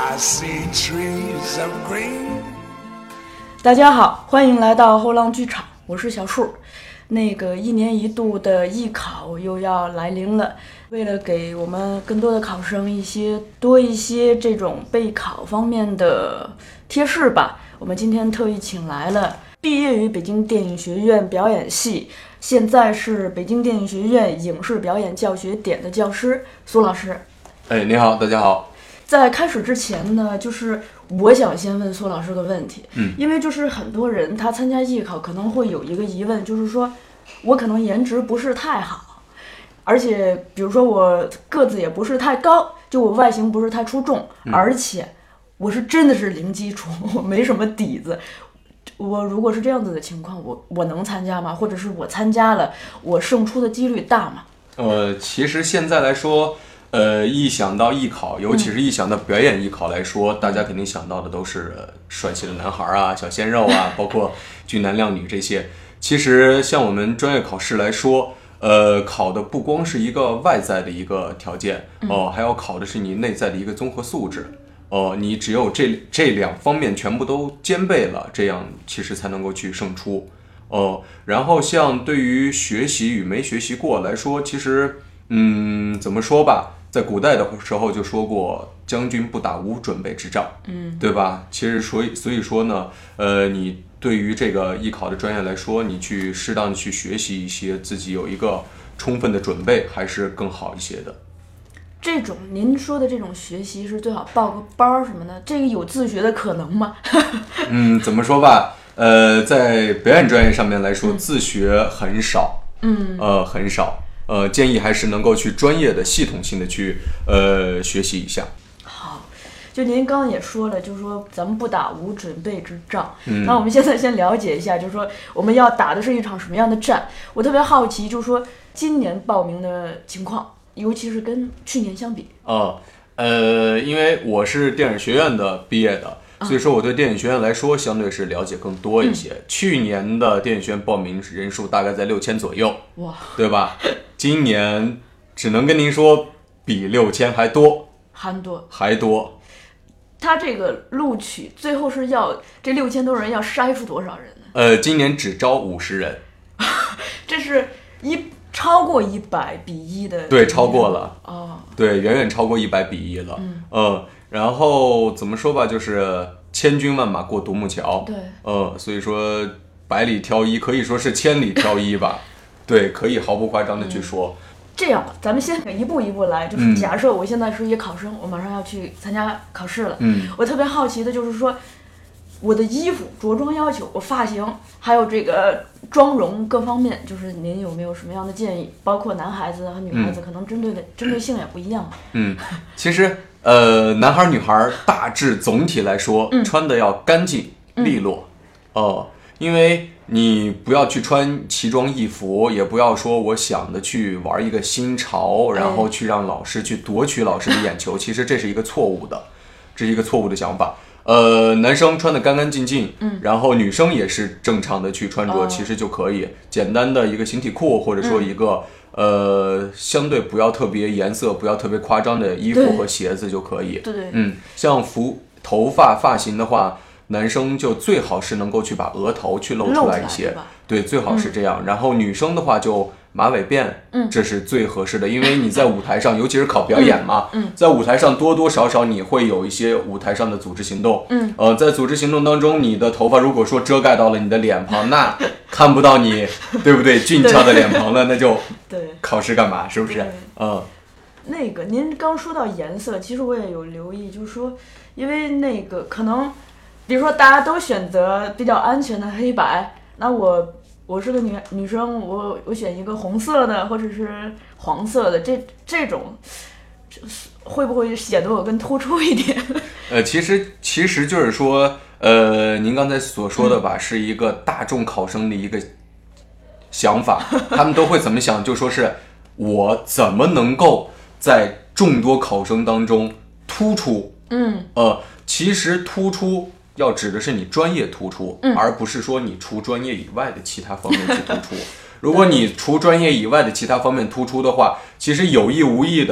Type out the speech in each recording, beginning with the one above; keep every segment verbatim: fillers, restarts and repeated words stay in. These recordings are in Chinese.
I see trees of green。 大家好，欢迎来到后浪剧场，我是小树。那个一年一度的艺考又要来临了，为了给我们更多的考生一些多一些这种备考方面的贴士吧，我们今天特意请来了毕业于北京电影学院表演系，现在是北京电影学院影视表演教学点的教师苏老师。 哎，你好，大家好。 在开始之前呢，就是我想先问苏老师个问题， 嗯， 因为就是很多人他参加艺考可能会有一个疑问，就是说我可能颜值不是太好，而且比如说我个子也不是太高，就我外形不是太出众， 嗯、 而且我是真的是零基础，我没什么底子。我如果是这样子的情况，我我能参加吗？或者是我参加了，我胜出的几率大吗？ 呃，其实现在来说。呃，一想到艺考，尤其是一想到表演艺考来说，嗯、大家肯定想到的都是帅气的男孩啊、小鲜肉啊，包括俊男靓女这些。其实像我们专业考试来说，呃，考的不光是一个外在的一个条件哦、呃，还要考的是你内在的一个综合素质。哦、呃，你只有这这两方面全部都兼备了，这样其实才能够去胜出。哦、呃，然后像对于学习与没学习过来说，其实嗯，怎么说吧？在古代的时候就说过，将军不打无准备之仗，嗯，对吧？其实所以所以说呢，呃，你对于这个艺考的专业来说，你去适当的去学习一些，自己有一个充分的准备，还是更好一些的。 这种您说的这种学习是最好报个班儿什么的，这个有自学的可能吗？ 嗯，怎么说吧？呃，在表演专业上面来说，嗯、自学很少，嗯，呃，很少。呃，建议还是能够去专业的、系统性的去呃学习一下。 好，就您刚刚也说了，就是说咱们不打无准备之仗。 嗯， 那我们现在先了解一下，就是说我们要打的是一场什么样的战？我特别好奇，就是说今年报名的情况，尤其是跟去年相比。 哦，呃，因为我是电影学院的毕业的。所以说我对电影学院来说相对是了解更多一些、嗯、去年的电影学院报名人数大概在六千左右， 哇， 对吧？今年只能跟您说比六千还多， 还多还多。 他这个录取最后是要这六千多人要筛出多少人呢？ 呃，今年只招五十人。 这是一超过一百比一的。 对，超过了。 哦， 对，远远超过一百比一了。嗯。呃然后怎么说吧，就是千军万马过独木桥。 对， 呃，所以说百里挑一，可以说是千里挑一吧。对，可以毫不夸张的去说。 嗯、这样吧，咱们先一步一步来。就是假设我现在是一个考生，嗯、我马上要去参加考试了。 嗯， 我特别好奇的就是说，我的衣服着装要求，我发型，还有这个妆容各方面，就是您有没有什么样的建议？包括男孩子和女孩子，可能针对的、嗯、针对性也不一样。 嗯，其实。呃，男孩女孩大致总体来说，嗯、穿的要干净利落，哦、呃，因为你不要去穿奇装异服，也不要说我想的去玩一个新潮，然后去让老师去夺取老师的眼球，其实这是一个错误的，这是一个错误的想法。呃，男生穿的干干净净，嗯，然后女生也是正常的去穿着，哦、其实就可以简单的一个形体裤，或者说一个。嗯呃，相对不要特别颜色不要特别夸张的衣服和鞋子就可以。 对对， 嗯，像服头发发型的话，男生就最好是能够去把额头去露出来一些，对，最好是这样。嗯、然后女生的话就马尾辫，嗯，这是最合适的，因为你在舞台上，尤其是考表演嘛，嗯，在舞台上多多少少你会有一些舞台上的组织行动，嗯，呃，在组织行动当中，你的头发如果说遮盖到了你的脸庞，那看不到你，对不对？俊俏的脸庞了，那就对， 考试干嘛？是不是？嗯， 那个您刚说到颜色，其实我也有留意，就是说，因为那个可能，比如说大家都选择比较安全的黑白，那我。我是个女女生，我我选一个红色的或者是黄色的，这这种会不会显得我更突出一点？ 呃，其实其实就是说，呃，您刚才所说的吧，嗯、是一个大众考生的一个想法，他们都会怎么想？就说是我怎么能够在众多考生当中突出？嗯，呃，其实突出。要指的是你专业突出，嗯、而不是说你除专业以外的其他方面去突出。如果你除专业以外的其他方面突出的话，其实有意无意的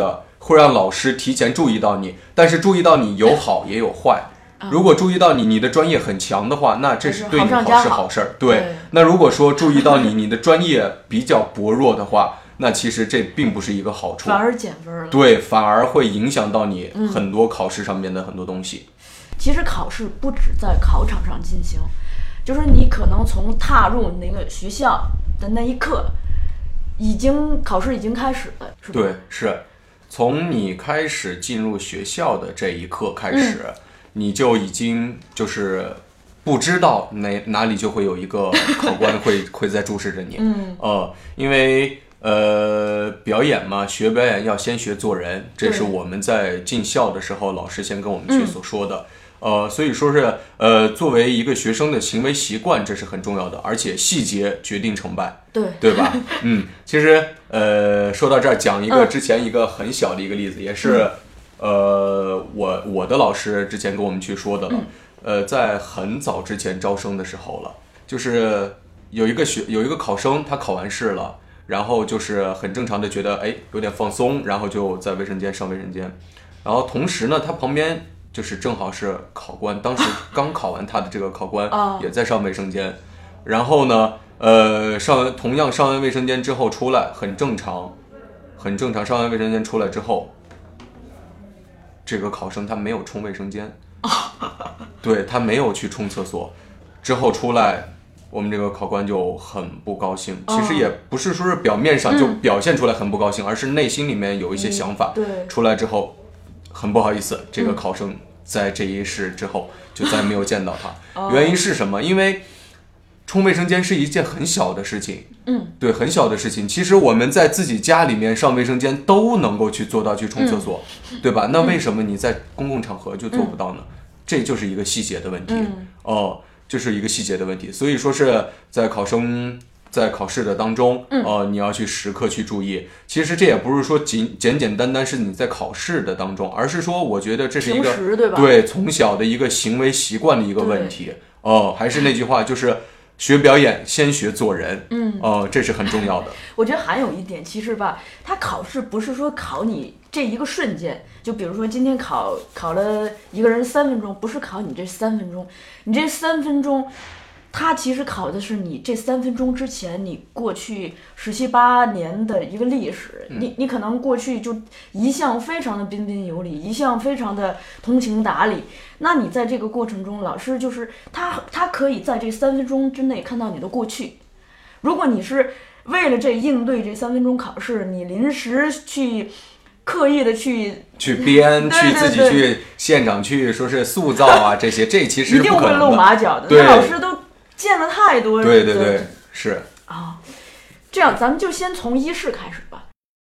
会让老师提前注意到你，但是注意到你有好也有坏。如果注意到你，你的专业很强的话，那这是对你好是好事儿。对， 对那如果说注意到你，你的专业比较薄弱的话，那其实这并不是一个好处， 反而减分了。 对，反而会影响到你很多考试上面的很多东西。 嗯、其实考试不止在考场上进行，就是你可能从踏入那个学校的那一刻，已经考试已经开始了，是吧？ 对，是从你开始进入学校的这一刻开始。嗯，你就已经就是不知道哪哪里就会有一个考官会会在注视着你， 嗯， 呃，因为呃表演嘛，学表演要先学做人，这是我们在进校的时候老师先跟我们去所说的，嗯、呃，所以说是呃作为一个学生的行为习惯，这是很重要的，而且细节决定成败， 对对吧？嗯，其实呃说到这儿，讲一个之前一个很小的一个例子，也是。嗯呃，我我的老师之前跟我们去说的了，嗯、呃，在很早之前招生的时候了，就是有一个学有一个考生，他考完试了，然后就是很正常的觉得哎有点放松，然后就在卫生间上卫生间，然后同时呢，他旁边就是正好是考官，当时刚考完他的这个考官也在上卫生间，然后呢，呃，上完同样上完卫生间之后出来，很正常，很正常，上完卫生间出来之后。这个考生他没有冲卫生间，对，他没有去冲厕所，之后出来，我们这个考官就很不高兴。其实也不是说是表面上就表现出来很不高兴，而是内心里面有一些想法。 对， 出来之后，很不好意思，这个考生在这一世之后就再没有见到他。原因是什么？因为冲卫生间是一件很小的事情， 嗯， 对，很小的事情。其实我们在自己家里面上卫生间都能够去做到去冲厕所，嗯、对吧？那为什么你在公共场合就做不到呢？嗯、这就是一个细节的问题， 嗯、 哦，就是一个细节的问题。所以说是在考生在考试的当中， 嗯、 呃，你要去时刻去注意。其实这也不是说仅简简单单是你在考试的当中，而是说我觉得这是一个对, 对从小的一个行为习惯的一个问题。哦，还是那句话，就是。学表演先学做人， 嗯， 哦、呃，这是很重要的。 我觉得还有一点，其实吧，他考试不是说考你这一个瞬间，就比如说今天考考了一个人三分钟，不是考你这三分钟，你这三分钟，他其实考的是你这三分钟之前你过去十七八年的一个历史， 嗯、 你你可能过去就一向非常的彬彬有礼，一向非常的通情达理。那你在这个过程中，老师就是他，他可以在这三分钟之内看到你的过去。如果你是为了这应对这三分钟考试，你临时去刻意的去去编， 对对对去自己去现场去说是塑造啊，这些这其实一定会露马脚的。 对， 那老师都见了太多人。 对对对，是啊、哦。这样，咱们就先从一试开始吧。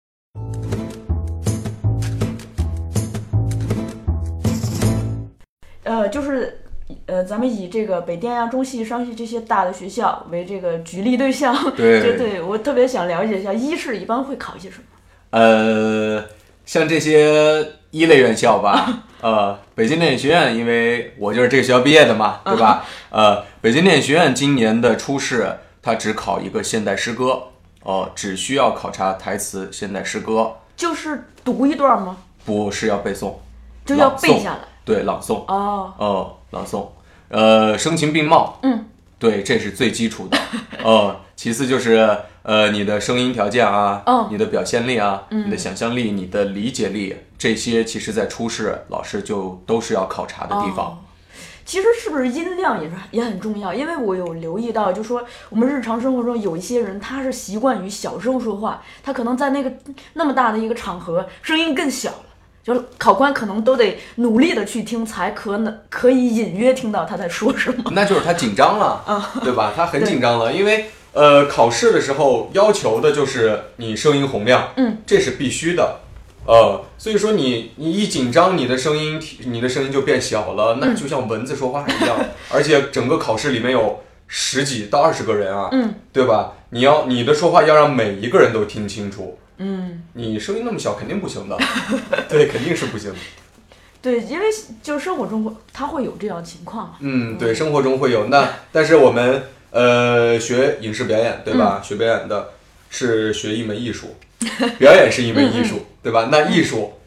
呃，就是，呃，咱们以这个北电啊、中戏、商戏这些大的学校为这个举例对象。 对， 就对我特别想了解一下，一试一般会考一些什么？ 呃，像这些一类院校吧，呃，北京电影学院，因为我就是这个学校毕业的嘛，对吧？呃，北京电影学院今年的初试，它只考一个现代诗歌，哦、呃，只需要考察台词现代诗歌。 就是读一段吗？ 不是要背诵， 就要背下来。 对，朗诵哦哦，朗诵，呃，声情并茂， 嗯， 对，这是最基础的，呃，其次就是呃你的声音条件啊， 哦， 你的表现力啊， 嗯、 你的想象力，你的理解力，这些其实在初试老师就都是要考察的地方。 哦、其实是不是音量也是也很重要？因为我有留意到，就说我们日常生活中有一些人，他是习惯于小声说话，他可能在那个那么大的一个场合，声音更小了。就考官可能都得努力的去听，才可能可以隐约听到他在说什么。 那就是他紧张了， 嗯、 对吧？他很紧张了，因为呃，考试的时候要求的就是你声音洪亮， 嗯， 这是必须的，呃，所以说你你一紧张，你的声音你的声音就变小了，那就像蚊子说话一样，嗯、而且整个考试里面有十几到二十个人啊， 嗯， 对吧？你要你的说话要让每一个人都听清楚。 嗯， 你声音那么小，肯定不行的。对，肯定是不行的。 对，因为就是生活中他会有这样的情况嘛。 嗯，对，生活中会有。那但是我们呃学影视表演，对吧？嗯、学表演的是学一门艺术，表演是一门艺术， 嗯、 对吧？那艺术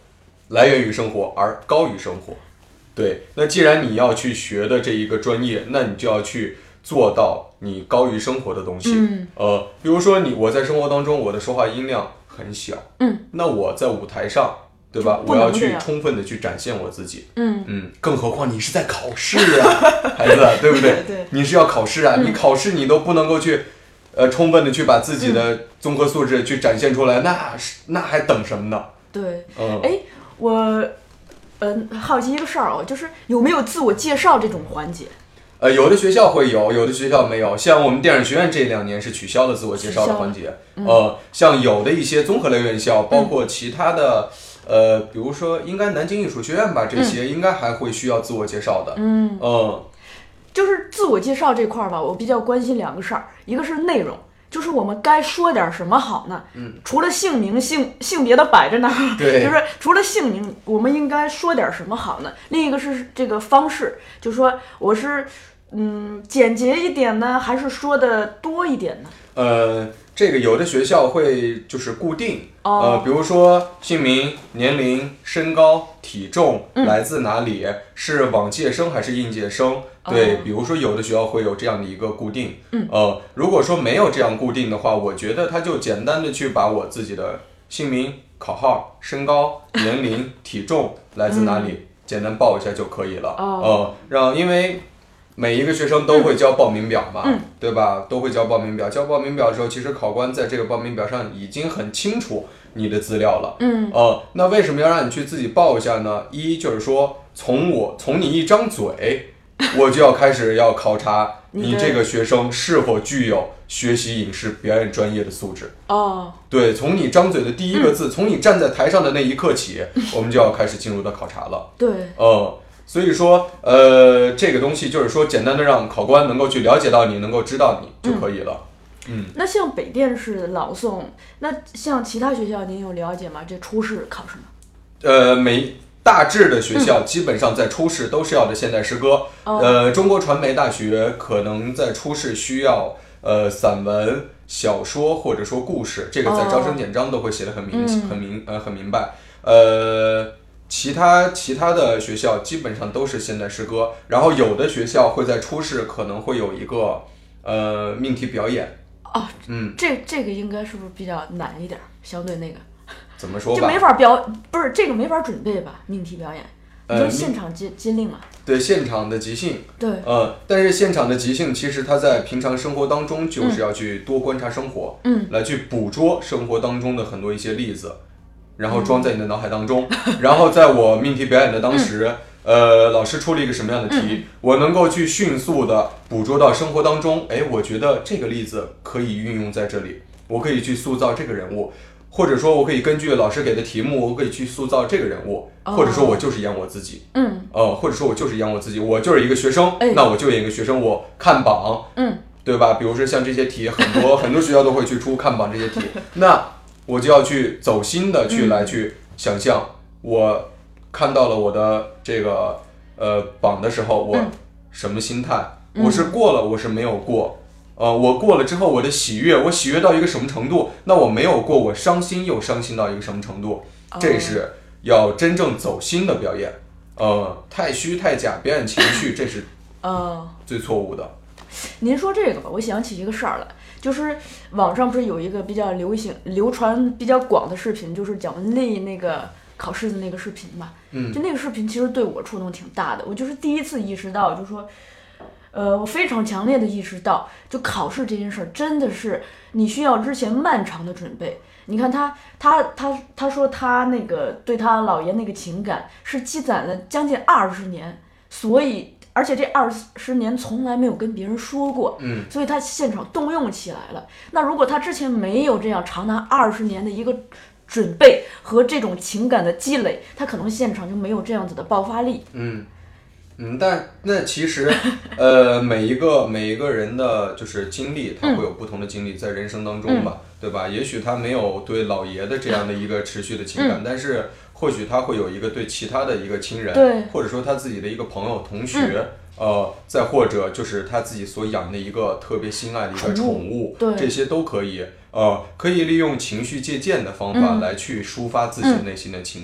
来源于生活而高于生活。对，那既然你要去学的这一个专业，那你就要去做到你高于生活的东西。 嗯， 呃，比如说你我在生活当中我的说话音量很小， 嗯， 那我在舞台上，对吧？我要去充分的去展现我自己。 嗯嗯，更何况你是在考试啊，孩子，对不对？ 对， 你是要考试啊， 嗯、 你考试你都不能够去，呃，充分的去把自己的综合素质去展现出来，嗯、那那还等什么呢？ 对， 嗯， 哎，我。嗯，好奇一个事儿哦，就是有没有自我介绍这种环节？ 呃，有的学校会有，有的学校没有。像我们电影学院这两年是取消了自我介绍的环节。 嗯、 呃，像有的一些综合类院校，包括其他的，嗯、呃，比如说应该南京艺术学院吧，这些应该还会需要自我介绍的。 嗯， 呃， 就是自我介绍这块儿吧，我比较关心两个事儿，一个是内容。就是我们该说点什么好呢？ 嗯， 除了姓名、性性别的摆着呢， 对， 就是除了姓名，我们应该说点什么好呢？另一个是这个方式，就是说我是嗯简洁一点呢，还是说的多一点呢？ 呃，这个有的学校会就是固定， 哦、 呃，比如说姓名、年龄、身高、体重、 嗯、 来自哪里，是往届生还是应届生？对，比如说有的学校会有这样的一个固定， 嗯， 呃，如果说没有这样固定的话，我觉得他就简单的去把我自己的姓名、考号、身高、年龄、体重、来自哪里， 嗯、 简单报一下就可以了， 哦、 呃，让因为每一个学生都会交报名表嘛， 嗯、 对吧？都会交报名表，交报名表的时候，其实考官在这个报名表上已经很清楚你的资料了， 嗯， 呃，那为什么要让你去自己报一下呢？一就是说，从我从你一张嘴。我就要开始要考察你这个学生是否具有学习影视表演专业的素质。 哦， 对，从你张嘴的第一个字，嗯、从你站在台上的那一刻起，我们就要开始进入到考察了。 对， 呃，所以说，呃，这个东西就是说，简单的让考官能够去了解到你，能够知道你就可以了。嗯，嗯那像北电是朗诵，那像其他学校您有了解吗？这初试考试吗？ 呃，没。大致的学校基本上在初试都是要的现代诗歌， 嗯、 呃，中国传媒大学可能在初试需要呃散文、小说或者说故事，这个在招生简章都会写得很明、 嗯、 很明呃很明白。呃，其他其他的学校基本上都是现代诗歌，然后有的学校会在初试可能会有一个呃命题表演。 哦， 嗯， 这这个应该是不是比较难一点，相对那个？ 怎么说吧？ 就没法表，不是这个没法准备吧？命题表演，你呃， 就现场接接令嘛。 对，现场的即兴。 对。 呃，但是现场的即兴，其实它在平常生活当中就是要去多观察生活， 嗯， 来去捕捉生活当中的很多一些例子，然后装在你的脑海当中。嗯、然后在我命题表演的当时，嗯、呃，老师出了一个什么样的题，嗯、我能够去迅速的捕捉到生活当中。哎，我觉得这个例子可以运用在这里，我可以去塑造这个人物。或者说我可以根据老师给的题目，我可以去塑造这个人物，哦、或者说我就是演我自己， 嗯， 呃，或者说我就是演我自己，我就是一个学生， 哎、 那我就演一个学生，我看榜， 嗯， 对吧？比如说像这些题，很多很多学校都会去出看榜这些题，那我就要去走心的去来去想象，嗯、我看到了我的这个呃榜的时候，我什么心态？嗯、我是过了，我是没有过。呃，我过了之后，我的喜悦，我喜悦到一个什么程度？那我没有过，我伤心又伤心到一个什么程度？这是要真正走心的表演。呃，太虚太假，表演情绪，这是呃最错误的。 您说这个吧，我想起一个事儿来，就是网上不是有一个比较流行、流传比较广的视频，就是蒋雯丽那个考试的那个视频嘛。 嗯， 就那个视频其实对我触动挺大的，我就是第一次意识到，就是说。呃，我非常强烈的意识到，就考试这件事儿，真的是你需要之前漫长的准备。你看他，他，他，他说他那个对他姥爷那个情感是积攒了将近二十年，所以而且这二十年从来没有跟别人说过， 嗯， 所以他现场动用起来了。那如果他之前没有这样长达二十年的一个准备和这种情感的积累，他可能现场就没有这样子的爆发力。 嗯。嗯，但那其实，呃，每一个每一个人的就是经历，他会有不同的经历在人生当中吧， 嗯、 对吧？也许他没有对老爷的这样的一个持续的情感， 嗯、 但是或许他会有一个对其他的一个亲人， 对， 或者说他自己的一个朋友、同学， 嗯、 呃，再或者就是他自己所养的一个特别心爱的一个宠物， 对， 这些都可以，呃，可以利用情绪借鉴的方法来去抒发自己内心的情感。 嗯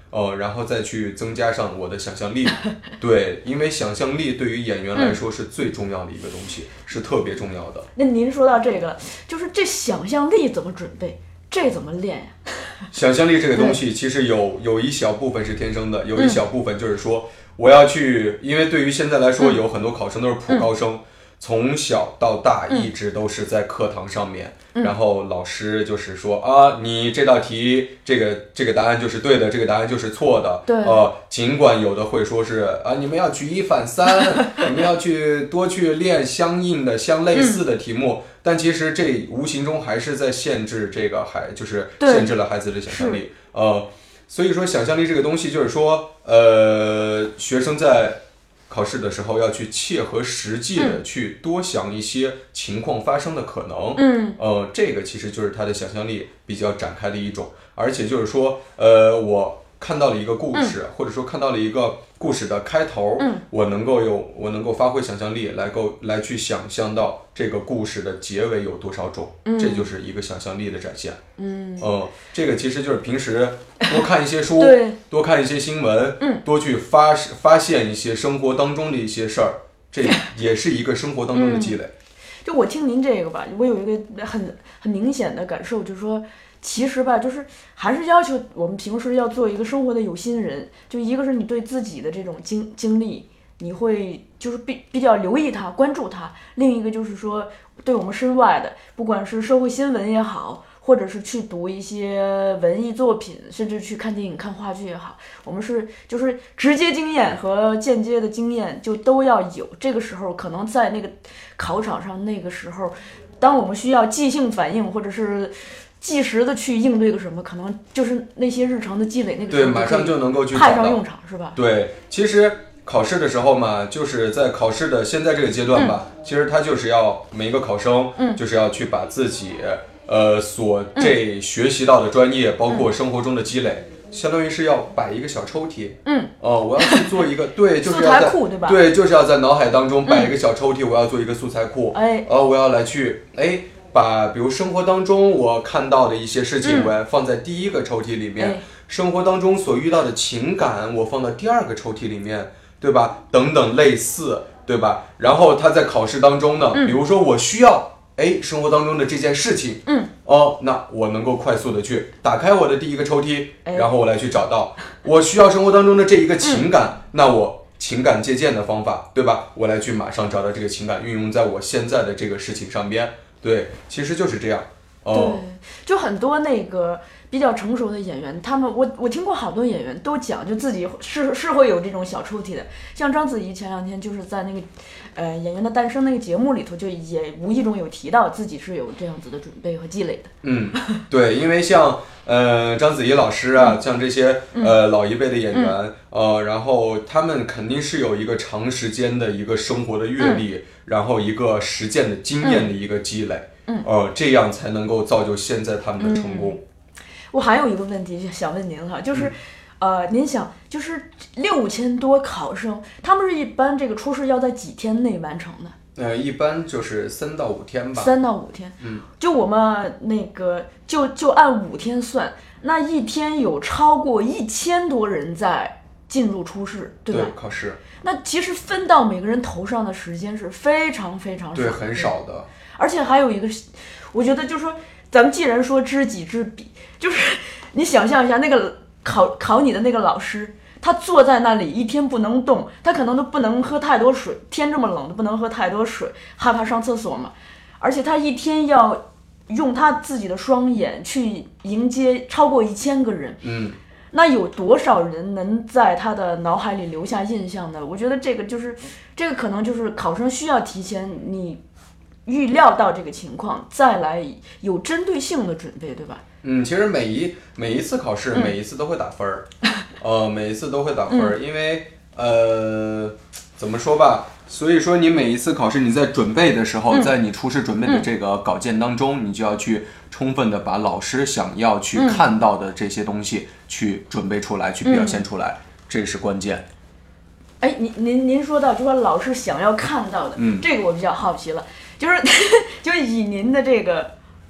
呃，然后再去增加上我的想象力。对，因为想象力对于演员来说是最重要的一个东西，嗯、是特别重要的。 那您说到这个，就是这想象力怎么准备？这怎么练呀？ 想象力这个东西其实有有一小部分是天生的，有一小部分就是说我要去，因为对于现在来说，有很多考生都是普高生。嗯，从小到大一直都是在课堂上面，嗯、然后老师就是说啊，你这道题这个这个答案就是对的，这个答案就是错的。对，呃，尽管有的会说是啊，你们要举一反三，你们要去多去练相应的、相类似的题目，嗯、但其实这无形中还是在限制这个孩，就是限制了孩子的想象力。呃，所以说想象力这个东西，就是说，呃，学生在考试的时候要去切合实际的去多想一些情况发生的可能，嗯，呃，这个其实就是他的想象力比较展开的一种，而且就是说，呃，我看到了一个故事，嗯、或者说看到了一个故事的开头，嗯，我能够有我能够发挥想象力来够来去想象到这个故事的结尾有多少种，嗯、这就是一个想象力的展现，嗯，呃，这个其实就是平时多看一些书，多看一些新闻，嗯、多去发发现一些生活当中的一些事儿，这也是一个生活当中的积累。嗯、 就我听您这个吧，我有一个很很明显的感受，就是说。其实吧，就是还是要求我们平时要做一个生活的有心人。就一个是你对自己的这种经经历，你会就是比比较留意它、关注它；另一个就是说，对我们身外的，不管是社会新闻也好，或者是去读一些文艺作品，甚至去看电影、看话剧也好，我们是就是直接经验和间接的经验就都要有。这个时候，可能在那个考场上，那个时候，当我们需要即兴反应，或者是即时的去应对个什么，可能就是那些日常的积累，那个对马上就能够去派上用场，是吧？ 对，其实考试的时候嘛，就是在考试的现在这个阶段吧，嗯、其实他就是要每一个考生，嗯、就是要去把自己呃所这学习到的专业，嗯、包括生活中的积累，嗯、相当于是要摆一个小抽屉，嗯，哦、呃，我要去做一个对，就是要在素材库，对吧？对，就是要在脑海当中摆一个小抽屉，嗯、我要做一个素材库，哎，呃，我要来去哎。把比如生活当中我看到的一些事情，我放在第一个抽屉里面；嗯、生活当中所遇到的情感，我放到第二个抽屉里面，对吧？等等类似，对吧？然后他在考试当中呢，嗯、比如说我需要，哎，生活当中的这件事情，嗯，哦，那我能够快速的去打开我的第一个抽屉，然后我来去找到我需要生活当中的这一个情感，嗯、那我情感借鉴的方法，对吧？我来去马上找到这个情感，运用在我现在的这个事情上边。对，其实就是这样。哦， 对，就很多那个比较成熟的演员，他们我我听过好多演员都讲，就自己是是会有这种小抽屉的。像章子怡前两天就是在那个呃《演员的诞生》那个节目里头，就也无意中有提到自己是有这样子的准备和积累的。嗯， 对，因为像呃章子怡老师啊，嗯、像这些呃老一辈的演员，嗯、呃，然后他们肯定是有一个长时间的一个生活的阅历。嗯然后一个实践的经验的一个积累，嗯，呃，这样才能够造就现在他们的成功。 嗯、我还有一个问题想问您哈，就是，嗯、呃，您想，就是六千多考生，他们是一般这个初试要在几天内完成的？ 呃，一般就是三到五天吧。 三到五天，嗯，就我们那个就就按五天算，那一天有超过一千多人在进入初试，对吧？ 对，考试。 那其实分到每个人头上的时间是非常非常少的， 对，很少的。 而且还有一个，我觉得就是说，咱们既然说知己知彼，就是你想象一下，那个考考你的那个老师，他坐在那里一天不能动，他可能都不能喝太多水，天这么冷都不能喝太多水，害怕上厕所嘛。而且他一天要用他自己的双眼去迎接超过一千个人，嗯。那有多少人能在他的脑海里留下印象呢？我觉得这个就是，这个可能就是考生需要提前你预料到这个情况，再来有针对性的准备，对吧？ 嗯，其实每一每一次考试，嗯、每一次都会打分儿，呃，每一次都会打分儿，嗯、因为呃，怎么说吧？所以说，你每一次考试，你在准备的时候，嗯、在你初试准备的这个稿件当中，嗯、你就要去充分的把老师想要去看到的这些东西去准备出来，嗯、去表现出来，这是关键。 哎，您您您说到就说老师想要看到的，嗯、这个我比较好奇了，就是就是以您的这个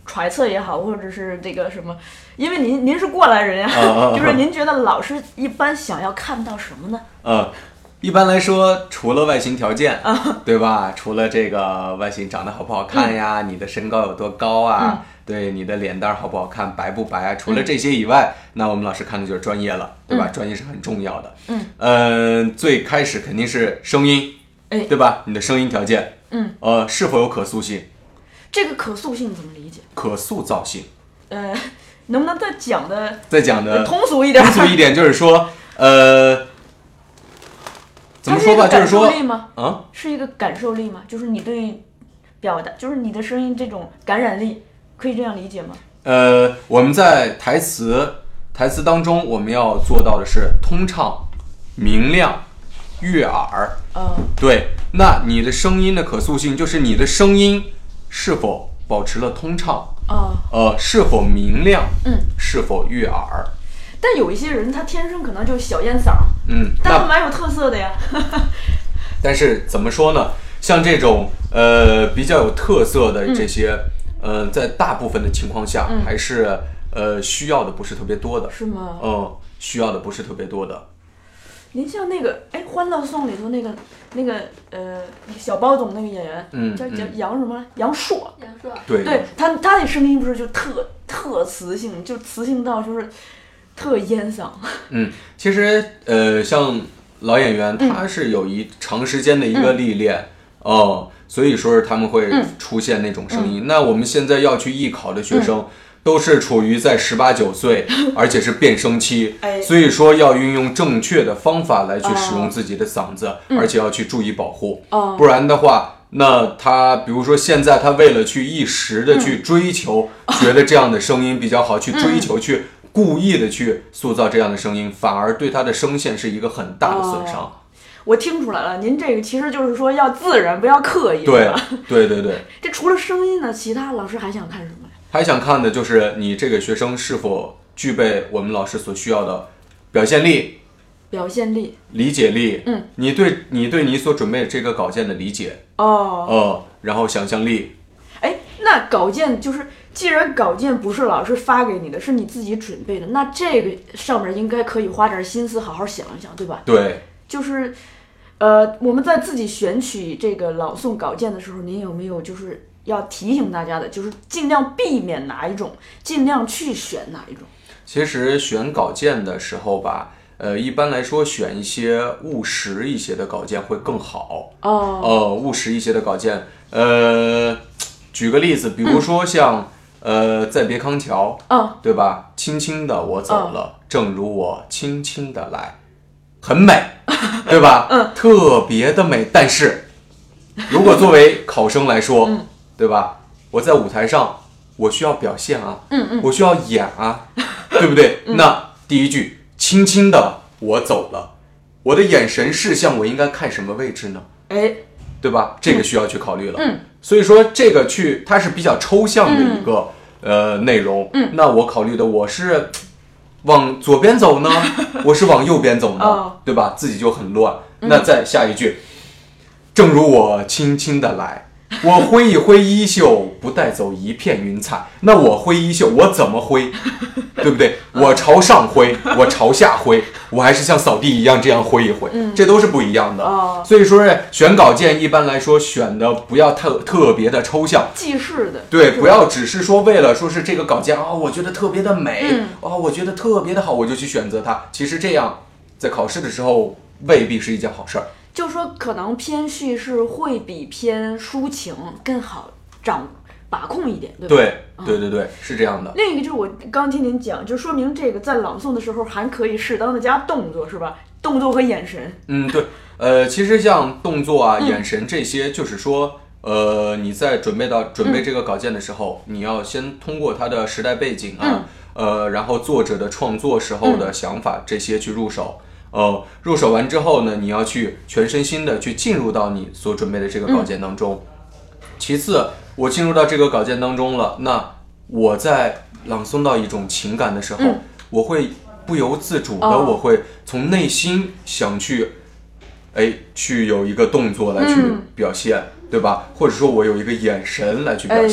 揣测也好，或者是这个什么，因为您您是过来人呀、 啊啊啊就是您觉得老师一般想要看到什么呢？ 呃，一般来说，除了外形条件，对吧？除了这个外形长得好不好看呀，嗯、你的身高有多高啊？嗯对你的脸蛋好不好看，白不白啊？除了这些以外，嗯、那我们老师看的就是专业了，对吧？嗯、专业是很重要的。嗯，呃，最开始肯定是声音，哎，对吧？你的声音条件，嗯，呃，是否有可塑性？ 这个可塑性怎么理解？ 可塑造性。 呃，能不能再讲的再讲的通俗一点？ 通俗一点就是说，呃，怎么说吧，就是说， 啊，是一个感受力吗？就是你对表达，就是你的声音这种感染力。可以这样理解吗？ 呃，我们在台词台词当中，我们要做到的是通畅、明亮、悦耳。嗯，对。那你的声音的可塑性，就是你的声音是否保持了通畅，哦，呃，是否明亮，嗯，是否悦耳。 但有一些人他天生可能就小烟嗓，嗯，但他蛮有特色的呀。 但是怎么说呢？像这种呃比较有特色的这些。嗯呃，在大部分的情况下，嗯、还是呃需要的不是特别多的， 是吗？ 嗯，需要的不是特别多的。 您像那个哎，《欢乐颂》里头那个那个呃小包总那个演员，嗯，叫叫杨什么？杨烁。 杨烁。 对， 对他他那声音不是就特特磁性，就磁性到就是特烟嗓。 嗯，其实呃，像老演员，他是有一长时间的一个历练，哦、嗯。呃所以说他们会出现那种声音。嗯、那我们现在要去艺考的学生，嗯、都是处于在十八九岁，而且是变声期，哎、所以说要运用正确的方法来去使用自己的嗓子，哦、而且要去注意保护。嗯、不然的话，那他比如说现在他为了去一时的去追求，嗯、觉得这样的声音比较好，去追求去故意的去塑造这样的声音，反而对他的声线是一个很大的损伤。哦我听出来了，您这个其实就是说要自然，不要刻意。 对，对对对。 这除了声音呢，其他老师还想看什么呀？ 还想看的就是你这个学生是否具备我们老师所需要的表现力、 表现力、 理解力。嗯，你对你对你所准备这个稿件的理解。哦。呃，然后想象力。 哎，那稿件就是，既然稿件不是老师发给你的，是你自己准备的，那这个上面应该可以花点心思，好好想一想，对吧？ 对。 就是。呃，我们在自己选取这个朗诵稿件的时候，您有没有就是要提醒大家的，就是尽量避免哪一种，尽量去选哪一种？ 其实选稿件的时候吧，呃，一般来说选一些务实一些的稿件会更好。哦，呃，务实一些的稿件，呃，举个例子，比如说像、嗯、呃，再别康桥，哦，对吧？轻轻的我走了，哦、正如我轻轻的来。很美，对吧？嗯，特别的美。但是，如果作为考生来说，嗯、对吧？我在舞台上，我需要表现啊，嗯嗯，我需要演啊，对不对？嗯、那第一句，轻轻的我走了，我的眼神视向我应该看什么位置呢？哎，对吧？这个需要去考虑了。嗯，所以说这个去它是比较抽象的一个、嗯、呃内容。嗯，那我考虑的我是。往左边走呢，我是往右边走呢， oh. 对吧？自己就很乱。嗯、那再下一句，正如我轻轻的来，我挥一挥衣袖，不带走一片云彩。那我挥衣袖，我怎么挥？对不对？我朝上挥，我朝下挥，我还是像扫地一样这样挥一挥，嗯、这都是不一样的。哦、所以说选稿件一般来说选的不要特特别的抽象， 记事的。 对，不要只是说为了说是这个稿件啊、哦，我觉得特别的美，啊、嗯哦，我觉得特别的好，我就去选择它。其实这样在考试的时候未必是一件好事儿。 就说可能偏叙事会比偏抒情更好掌把控一点，对吧？ 对对对对，嗯、是这样的。 另一个就是我刚听您讲，就说明这个在朗诵的时候还可以适当的加动作，是吧？动作和眼神。嗯， 对。呃，其实像动作啊、嗯、眼神这些，就是说，呃，你在准备到准备这个稿件的时候，嗯、你要先通过它的时代背景啊，嗯、呃，然后作者的创作时候的想法、嗯、这些去入手。呃，入手完之后呢，你要去全身心的去进入到你所准备的这个稿件当中。嗯、其次，我进入到这个稿件当中了，那我在朗诵到一种情感的时候，嗯、我会不由自主的，哦、我会从内心想去，哎，去有一个动作来去表现，嗯、对吧？或者说我有一个眼神来去表现。哎、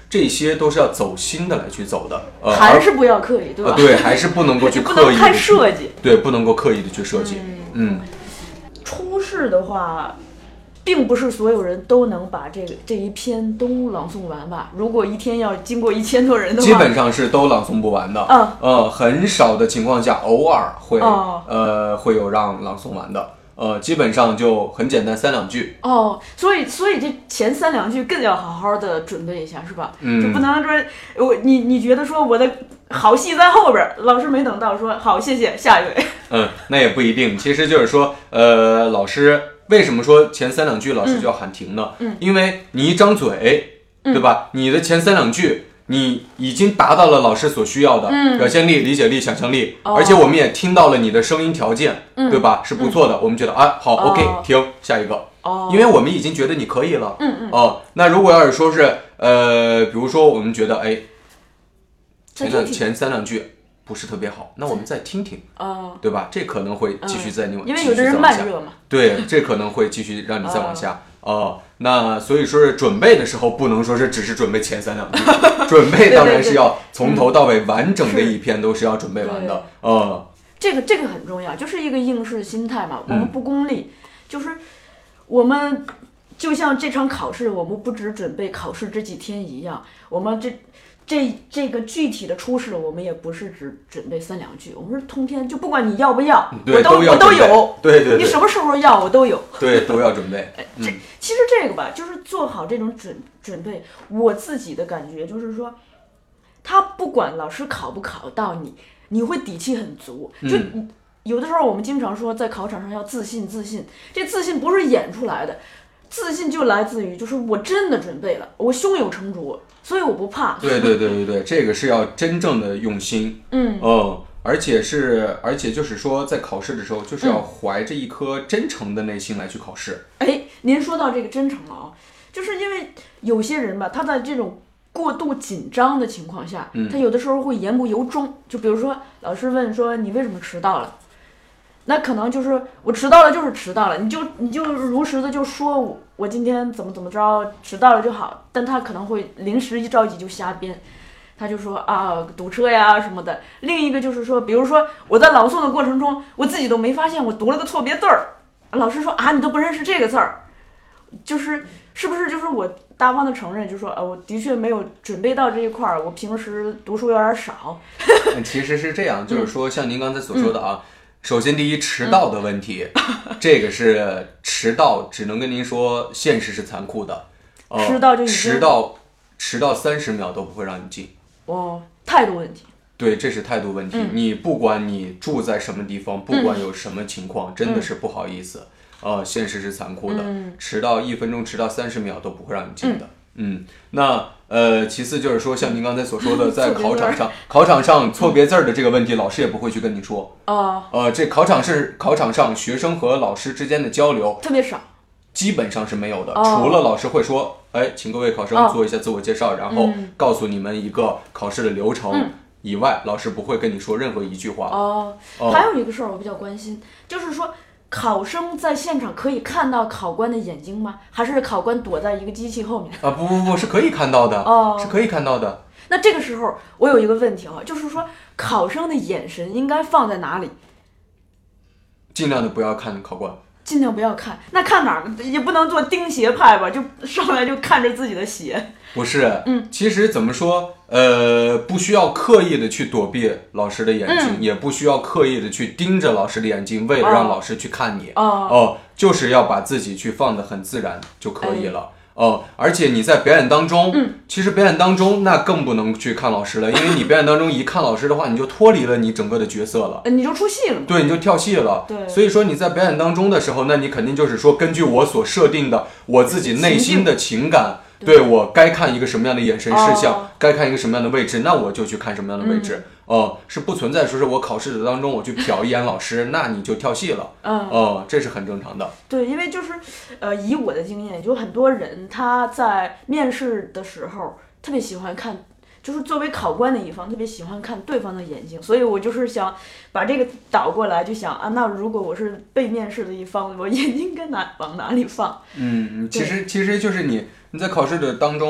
这些都是要走心的来去走的，呃， 还是不要刻意，对吧？ 呃、对，还是不能够去刻意的不能太设计， 对，不能够刻意的去设计。嗯，嗯初试的话。并不是所有人都能把这个这一篇都朗诵完吧？如果一天要经过一千多人的话， 基本上是都朗诵不完的。 嗯， 呃，很少的情况下，偶尔会、 哦、 呃会有让朗诵完的。呃，基本上就很简单，三两句。 哦，所以所以这前三两句更要好好的准备一下，是吧？ 嗯， 就不能说我你你觉得说我的好戏在后边，老师没等到说好，谢谢下一位。 嗯，那也不一定。其实就是说，呃，老师。为什么说前三两句老师就要喊停呢？ 嗯， 因为你一张嘴，嗯、对吧？你的前三两句，你已经达到了老师所需要的、嗯、表现力、理解力、想象力，哦、而且我们也听到了你的声音条件，嗯、对吧？是不错的。嗯、我们觉得啊，好、哦、，OK， 停，下一个。哦，因为我们已经觉得你可以了。 嗯嗯。 哦，那如果要是说是呃，比如说我们觉得哎，前两前三两句。不是特别好，那我们再听听， 哦， 对吧？这可能会继续在你、嗯、 因为有的人慢热嘛， 对，这可能会继续让你再往下哦、呃。那所以说是准备的时候，不能说是只是准备前三两句，准备当然是要从头到尾完整的一篇都是要准备完的，呃， 这个这个很重要，就是一个应试心态嘛。我们不功利，嗯、就是我们就像这场考试，我们不只准备考试这几天一样，我们这。这这个具体的初试，我们也不是只准备三两句，我们是通篇，就不管你要不要，我都我都有， 对对对， 你什么时候要我都有， 对，都要准备。 嗯、这其实这个吧，就是做好这种准准备，我自己的感觉就是说，他不管老师考不考到你，你会底气很足。就、嗯、有的时候我们经常说，在考场上要自信，自信，这自信不是演出来的。自信就来自于，就是我真的准备了，我胸有成竹，所以我不怕。 对对对对对，这个是要真正的用心， 嗯嗯，而且是，而且就是说，在考试的时候，就是要怀着一颗真诚的内心来去考试。 哎、嗯，您说到这个真诚了啊，就是因为有些人吧，他在这种过度紧张的情况下， 嗯、 他有的时候会言不由衷。就比如说，老师问说你为什么迟到了？那可能就是我迟到了，就是迟到了，你就你就如实的就说我我今天怎么怎么着迟到了就好，但他可能会临时一着急就瞎编，他就说啊堵车呀什么的。另一个就是说，比如说我在朗诵的过程中，我自己都没发现我读了个错别字儿，老师说啊你都不认识这个字儿，就是是不是就是我大方的承认，就说啊我的确没有准备到这一块儿，我平时读书有点少。 其实是这样，就是说像您刚才所说的啊。嗯首先，第一，迟到的问题，嗯、这个是迟到，只能跟您说，现实是残酷的。呃、 迟到就已经迟到，迟到三十秒都不会让你进。 哦，态度问题。 对，这是态度问题。嗯、你不管你住在什么地方，不管有什么情况，嗯、真的是不好意思。呃，现实是残酷的， 嗯、 迟到一分钟，迟到三十秒都不会让你进的。嗯嗯，那呃，其次就是说，像您刚才所说的，在考场上，考场上错别字儿的这个问题，老师也不会去跟你说。 哦。 呃，这考场是考场上学生和老师之间的交流特别少， 基本上是没有的。 哦、 除了老师会说，哎，请各位考生做一下自我介绍， 哦、 然后告诉你们一个考试的流程、嗯、以外，老师不会跟你说任何一句话。 哦。哦还有一个事儿我比较关心，就是说。考生在现场可以看到考官的眼睛吗？还是考官躲在一个机器后面？ 啊，不不不，是可以看到的， 哦， 是可以看到的。 那这个时候我有一个问题啊，就是说考生的眼神应该放在哪里？ 尽量的不要看考官。 尽量不要看，那看哪儿也不能做钉鞋派吧？就上来就看着自己的鞋。 不是， 嗯， 其实怎么说，呃，不需要刻意的去躲避老师的眼睛， 嗯、 也不需要刻意的去盯着老师的眼睛，为了让老师去看你。 哦， 哦，就是要把自己去放得很自然就可以了。哎哦，而且你在表演当中， 嗯， 其实表演当中那更不能去看老师了，因为你表演当中一看老师的话，你就脱离了你整个的角色了， 你就出戏了， 对，你就跳戏了， 对。 所以说你在表演当中的时候，那你肯定就是说根据我所设定的我自己内心的情感，对, 对我该看一个什么样的眼神事项， 哦、 该看一个什么样的位置，那我就去看什么样的位置。嗯哦、呃，是不存在说是我考试的当中我去瞟一眼老师，那你就跳戏了。 嗯， 哦、呃，这是很正常的。 对，因为就是，呃，以我的经验，就很多人他在面试的时候特别喜欢看，就是作为考官的一方特别喜欢看对方的眼睛，所以我就是想把这个倒过来，就想啊，那如果我是被面试的一方，我眼睛该哪往哪里放？ 嗯，其实其实就是你你在考试的当中。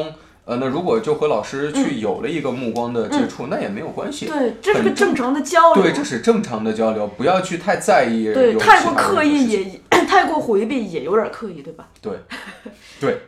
呃，那如果就和老师去有了一个目光的接触， 嗯、 那也没有关系。 对，这是个正常的交流。 对，这是正常的交流，不要去太在意。 对，太过刻意也，太过回避也有点刻意，对吧？ 对，对。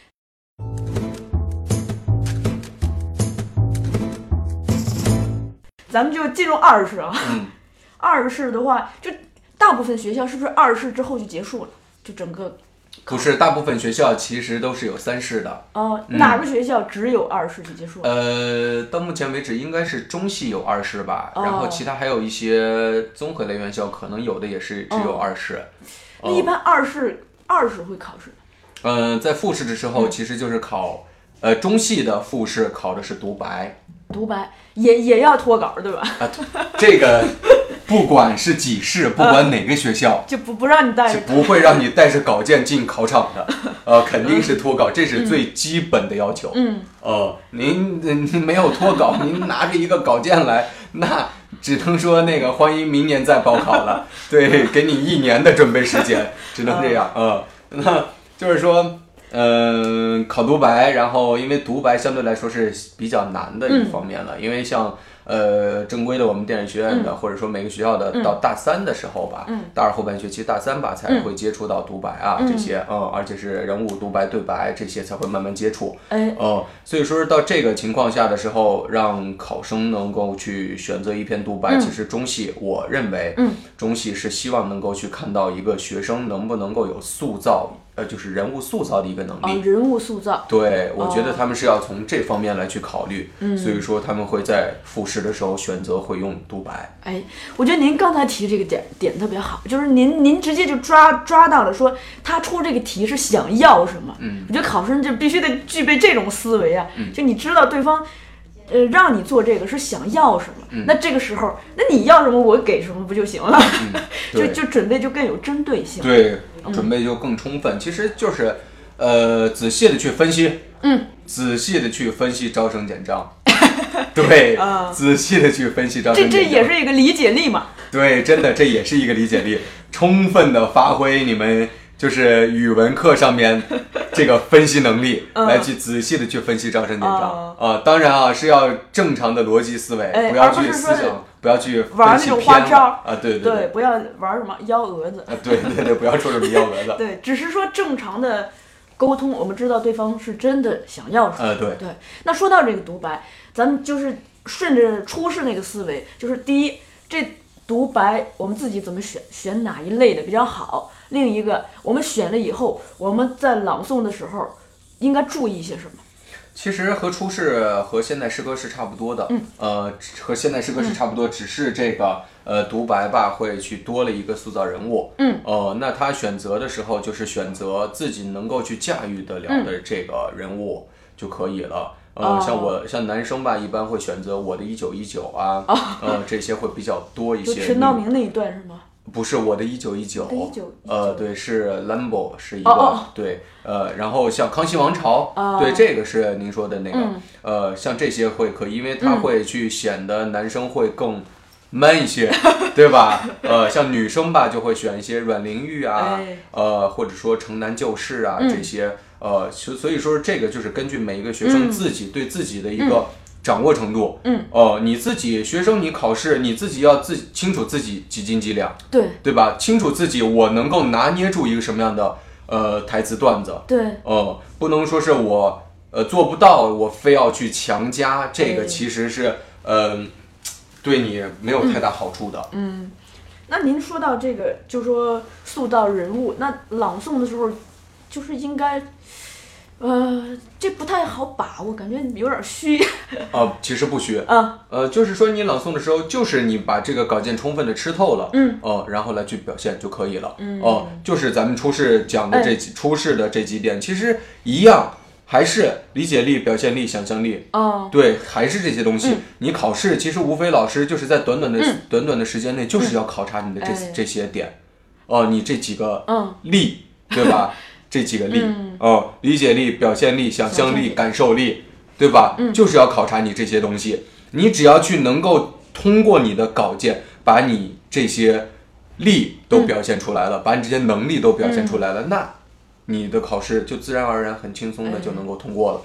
咱们就进入二试啊。 嗯。 二试的话，就大部分学校是不是二试之后就结束了？就整个。 不是，大部分学校其实都是有三试的。 哦、呃，哪个学校只有二试就结束了？ 呃，到目前为止应该是中戏有二试吧， 哦、 然后其他还有一些综合类院校，可能有的也是只有二试。 哦、那一般二试二试会考试？ 呃，在复试的时候，其实就是考，呃，中戏的复试考的是独白。 独白也也要脱稿，对吧？ 啊，这个。不管是几试，不管哪个学校， 嗯、就不不让你带着， 不会让你带着稿件进考场的，呃，肯定是脱稿，这是最基本的要求。 嗯， 呃，您您没有脱稿，您拿着一个稿件来，那只能说那个欢迎明年再报考了，对，给你一年的准备时间，只能这样。呃，那就是说，嗯、呃，考独白，然后因为独白相对来说是比较难的一方面了，嗯、因为像。呃，正规的我们电影学院的，嗯、或者说每个学校的，到大三的时候吧， 嗯、 大二后半学期大三吧，才会接触到独白啊、 嗯、 这些，嗯，而且是人物独白、对白这些才会慢慢接触， 哎， 嗯，所以说到这个情况下的时候，让考生能够去选择一篇独白， 嗯、 其实中戏我认为， 嗯， 中戏是希望能够去看到一个学生能不能够有塑造。呃，就是人物塑造的一个能力。 哦，人物塑造。 对，我觉得他们是要从这方面来去考虑， 嗯、 所以说他们会在复试的时候选择会用独白。 哎，我觉得您刚才提这个点点特别好，就是您您直接就抓抓到了，说他出这个题是想要什么。 嗯， 我觉得考生就必须得具备这种思维啊， 嗯、 就你知道对方。呃，让你做这个是想要什么？ 嗯、 那这个时候，那你要什么我给什么不就行了？ 嗯、 就就准备就更有针对性。 对，准备就更充分。嗯、其实就是，呃，仔细的去分析， 嗯， 仔细的去分析招生简章，对， 啊、 仔细的去分析招生简章。 这这也是一个理解力嘛？ 对，真的这也是一个理解力，充分的发挥你们。就是语文课上面这个分析能力， 嗯、 来去仔细的去分析招生简章啊、 嗯呃，当然啊是要正常的逻辑思维， 哎、 不要去思想，不要去玩那种花招啊，对对对, 对，不要玩什么幺蛾子啊，对对对，不要说什么幺蛾子， 对，只是说正常的沟通，我们知道对方是真的想要什么， 呃，对对。那说到这个独白，咱们就是顺着初试那个思维，就是第一，这独白我们自己怎么选，选哪一类的比较好。另一个，我们选了以后，我们在朗诵的时候应该注意一些什么？ 其实和初试和现代诗歌是差不多的， 嗯， 呃，和现代诗歌是差不多，嗯、只是这个呃独白吧会去多了一个塑造人物， 嗯， 呃，那他选择的时候就是选择自己能够去驾驭得了的这个人物就可以了。嗯、呃， 哦、 像我像男生吧，一般会选择我的一九一九啊， 哦、 呃，这些会比较多一些。 就陈道明那一段是吗？ 不是我的一九一九，呃，对，是 Lambo 是一个， 哦哦对，呃，然后像康熙王朝， 哦、 对，这个是您说的那个， 嗯、 呃，像这些会可以，因为它会去显得男生会更 man 一些，嗯、对吧？呃，像女生吧就会选一些阮玲玉啊， 哎、 呃，或者说城南旧事啊、 嗯、 这些，呃，所所以说这个就是根据每一个学生自己对自己的一个。 嗯掌握程度， 嗯， 哦、呃，你自己学生你考试你自己要自己清楚自己几斤几两， 对， 对吧？清楚自己我能够拿捏住一个什么样的呃台词段子， 对， 哦、呃，不能说是我呃做不到，我非要去强加，这个其实是嗯、呃、对你没有太大好处的。 嗯，嗯那您说到这个，就说塑造人物，那朗诵的时候就是应该。呃，这不太好把握，感觉有点虚。 啊，其实不虚。 啊， 呃，就是说你朗诵的时候，就是你把这个稿件充分的吃透了， 嗯， 哦、呃，然后来去表现就可以了。 嗯， 哦、呃，就是咱们初试讲的这几、哎、初试的这几点，其实一样，还是理解力、表现力、想象力。 哦， 对，还是这些东西。 嗯、 你考试其实无非老师就是在短短的、 嗯、 短短的时间内，就是要考察你的这、 哎、 这些点。哦、呃，你这几个嗯力，对吧？这几个力， 嗯、 哦，理解力、表现力、想象力、感受力，对吧？ 嗯， 就是要考察你这些东西。你只要去能够通过你的稿件，把你这些力都表现出来了， 嗯、 把你这些能力都表现出来了，嗯、那你的考试就自然而然很轻松的就能够通过了。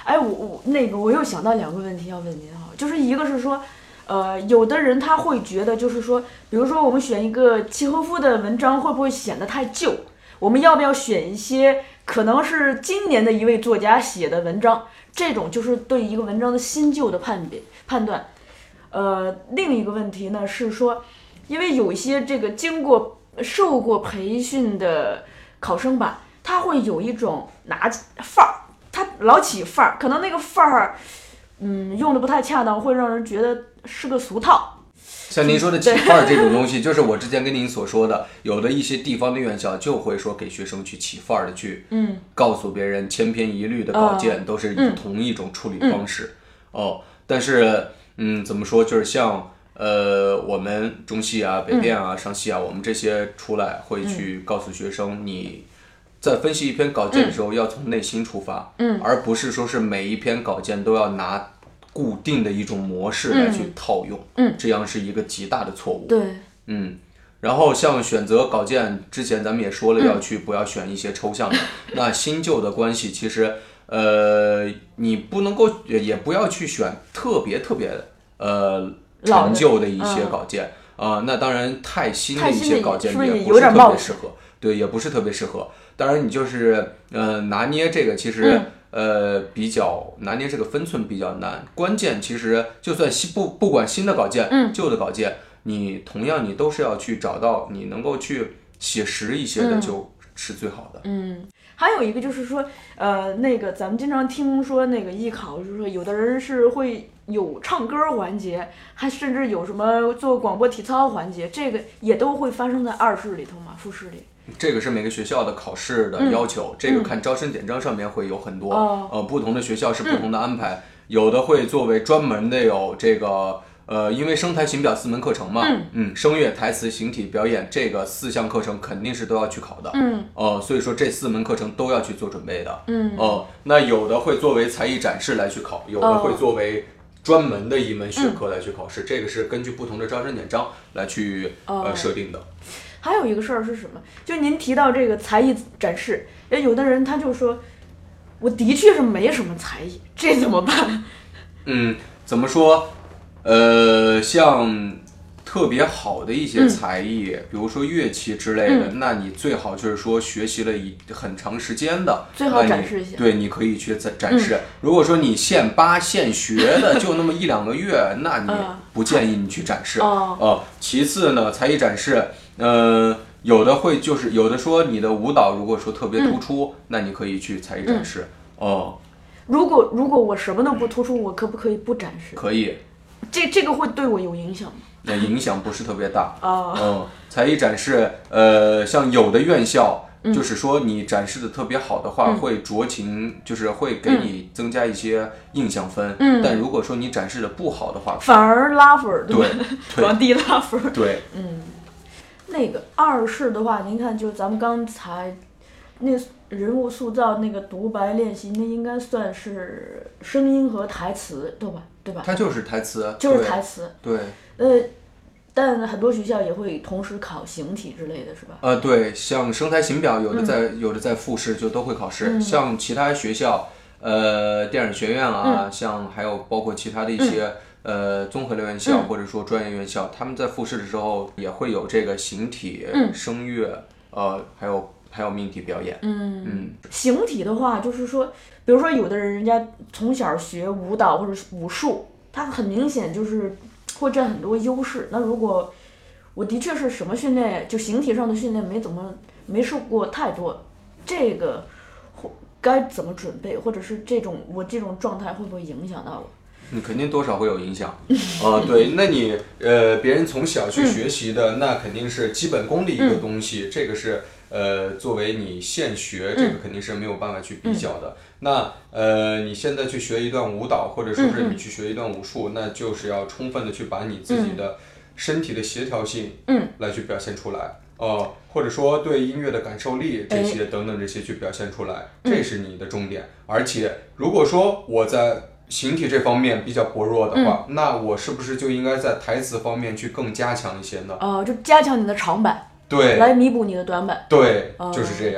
哎，我我那个我又想到两个问题要问您哈，就是一个是说，呃，有的人他会觉得就是说，比如说我们选一个契诃夫的文章，会不会显得太旧？我们要不要选一些可能是今年的一位作家写的文章？这种就是对一个文章的新旧的判别判断。呃，另一个问题呢是说，因为有一些这个经过受过培训的考生吧，他会有一种拿范儿，他老起范儿，可能那个范儿，嗯，用的不太恰当，会让人觉得是个俗套。 像您说的起范儿这种东西，就是我之前跟您所说的，有的一些地方的院校就会说给学生去起范儿的去，嗯，告诉别人千篇一律的稿件都是以同一种处理方式，嗯、哦，但是，嗯，怎么说，就是像呃我们中戏啊、北电啊、上戏啊，我们这些出来会去告诉学生，你在分析一篇稿件的时候要从内心出发，嗯，而不是说是每一篇稿件都要拿固定的一种模式来去套用，嗯，这样是一个极大的错误。 对， 嗯，然后像选择稿件之前，咱们也说了要去不要选一些抽象的，那新旧的关系其实，呃，你不能够也不要去选特别特别呃陈旧的一些稿件啊、嗯呃，那当然太新的一些稿件也不是特别适合，对，也不是特别适合。当然你就是呃拿捏这个其实。嗯呃，比较拿捏这个分寸比较难。关键其实就算新不不管新的稿件，嗯，旧的稿件，你同样你都是要去找到你能够去写实一些的，就是最好的。 嗯，嗯还有一个就是说，呃，那个咱们经常听说那个艺考，就是说有的人是会有唱歌环节，还甚至有什么做广播体操环节，这个也都会发生在二试里头嘛，复试里。 这个是每个学校的考试的要求，嗯、这个看招生简章上面会有很多，嗯、呃，不同的学校是不同的安排，嗯、有的会作为专门的有这个，呃，因为声台形表四门课程嘛，嗯，嗯声乐、台词、形体、表演这个四项课程肯定是都要去考的，嗯，呃，所以说这四门课程都要去做准备的，嗯，哦、呃，那有的会作为才艺展示来去考，有的会作为专门的一门学科来去考试，嗯、这个是根据不同的招生简章来去呃设定的。 还有一个事儿是什么？就您提到这个才艺展示，有的人他就说，我的确是没什么才艺，这怎么办？ 嗯，怎么说？呃，像特别好的一些才艺，嗯、比如说乐器之类的，嗯、那你最好就是说学习了一很长时间的， 最好展示一下。 对，你可以去展示。嗯、如果说你现扒现学的，就那么一两个月，那你不建议你去展示。哦、呃，其次呢，才艺展示。呃，有的会就是有的说你的舞蹈如果说特别突出，嗯、那你可以去才艺展示。嗯、哦， 如果如果我什么都不突出，我可不可以不展示？ 可以。 这这个会对我有影响吗？ 那影响不是特别大。哦，嗯，才艺展示，呃，像有的院校。就是说，你展示的特别好的话，嗯、会酌情，就是会给你增加一些印象分。嗯，但如果说你展示的不好的话， 反而拉分儿， 对， 对往低拉分儿。 对， 嗯，那个二试的话，您看，就咱们刚才那人物塑造那个独白练习，那应该算是声音和台词，对吧？对吧？ 它就是台词， 就是台词。 对， 呃。但很多学校也会同时考形体之类的是吧？ 呃，对，像声台形表，有的在、嗯、有的在复试就都会考试。嗯、像其他学校，呃，电影学院啊，嗯、像还有包括其他的一些、嗯、呃综合类院校、嗯、或者说专业院校，他们在复试的时候也会有这个形体、嗯、声乐，呃，还有还有命题表演。 嗯嗯，形体的话，就是说，比如说有的人人家从小学舞蹈或者武术，他很明显就是。会占很多优势。那如果我的确是什么训练，就形体上的训练没怎么没受过太多，这个该怎么准备，或者是这种我这种状态会不会影响到我？ 你肯定多少会有影响。啊、呃，对，那你呃别人从小去学习的，嗯、那肯定是基本功的一个东西，嗯、这个是呃作为你现学，这个肯定是没有办法去比较的。嗯、那呃你现在去学一段舞蹈，或者说是你去学一段武术，嗯、那就是要充分的去把你自己的身体的协调性，嗯，来去表现出来。呃，或者说对音乐的感受力这些等等这些去表现出来，这是你的重点。而且如果说我在形体这方面比较薄弱的话，嗯、那我是不是就应该在台词方面去更加强一些呢？ 哦、呃，就加强你的长板， 对， 来弥补你的短板。 对，呃、就是这样。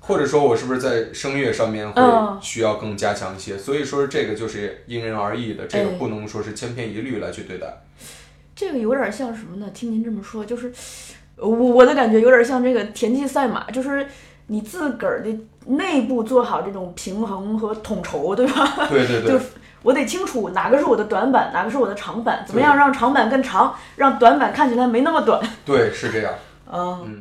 或者说我是不是在声乐上面会需要更加强一些？嗯、所以说这个就是因人而异的，这个不能说是千篇一律来去对待。哎、 这个有点像什么呢？听您这么说，就是我我的感觉有点像这个田忌赛马，就是你自个儿的内部做好这种平衡和统筹，对吧？ 对对对。 就我得清楚哪个是我的短板，哪个是我的长板，怎么样让长板更长，让短板看起来没那么短。 对，是这样。 嗯。 嗯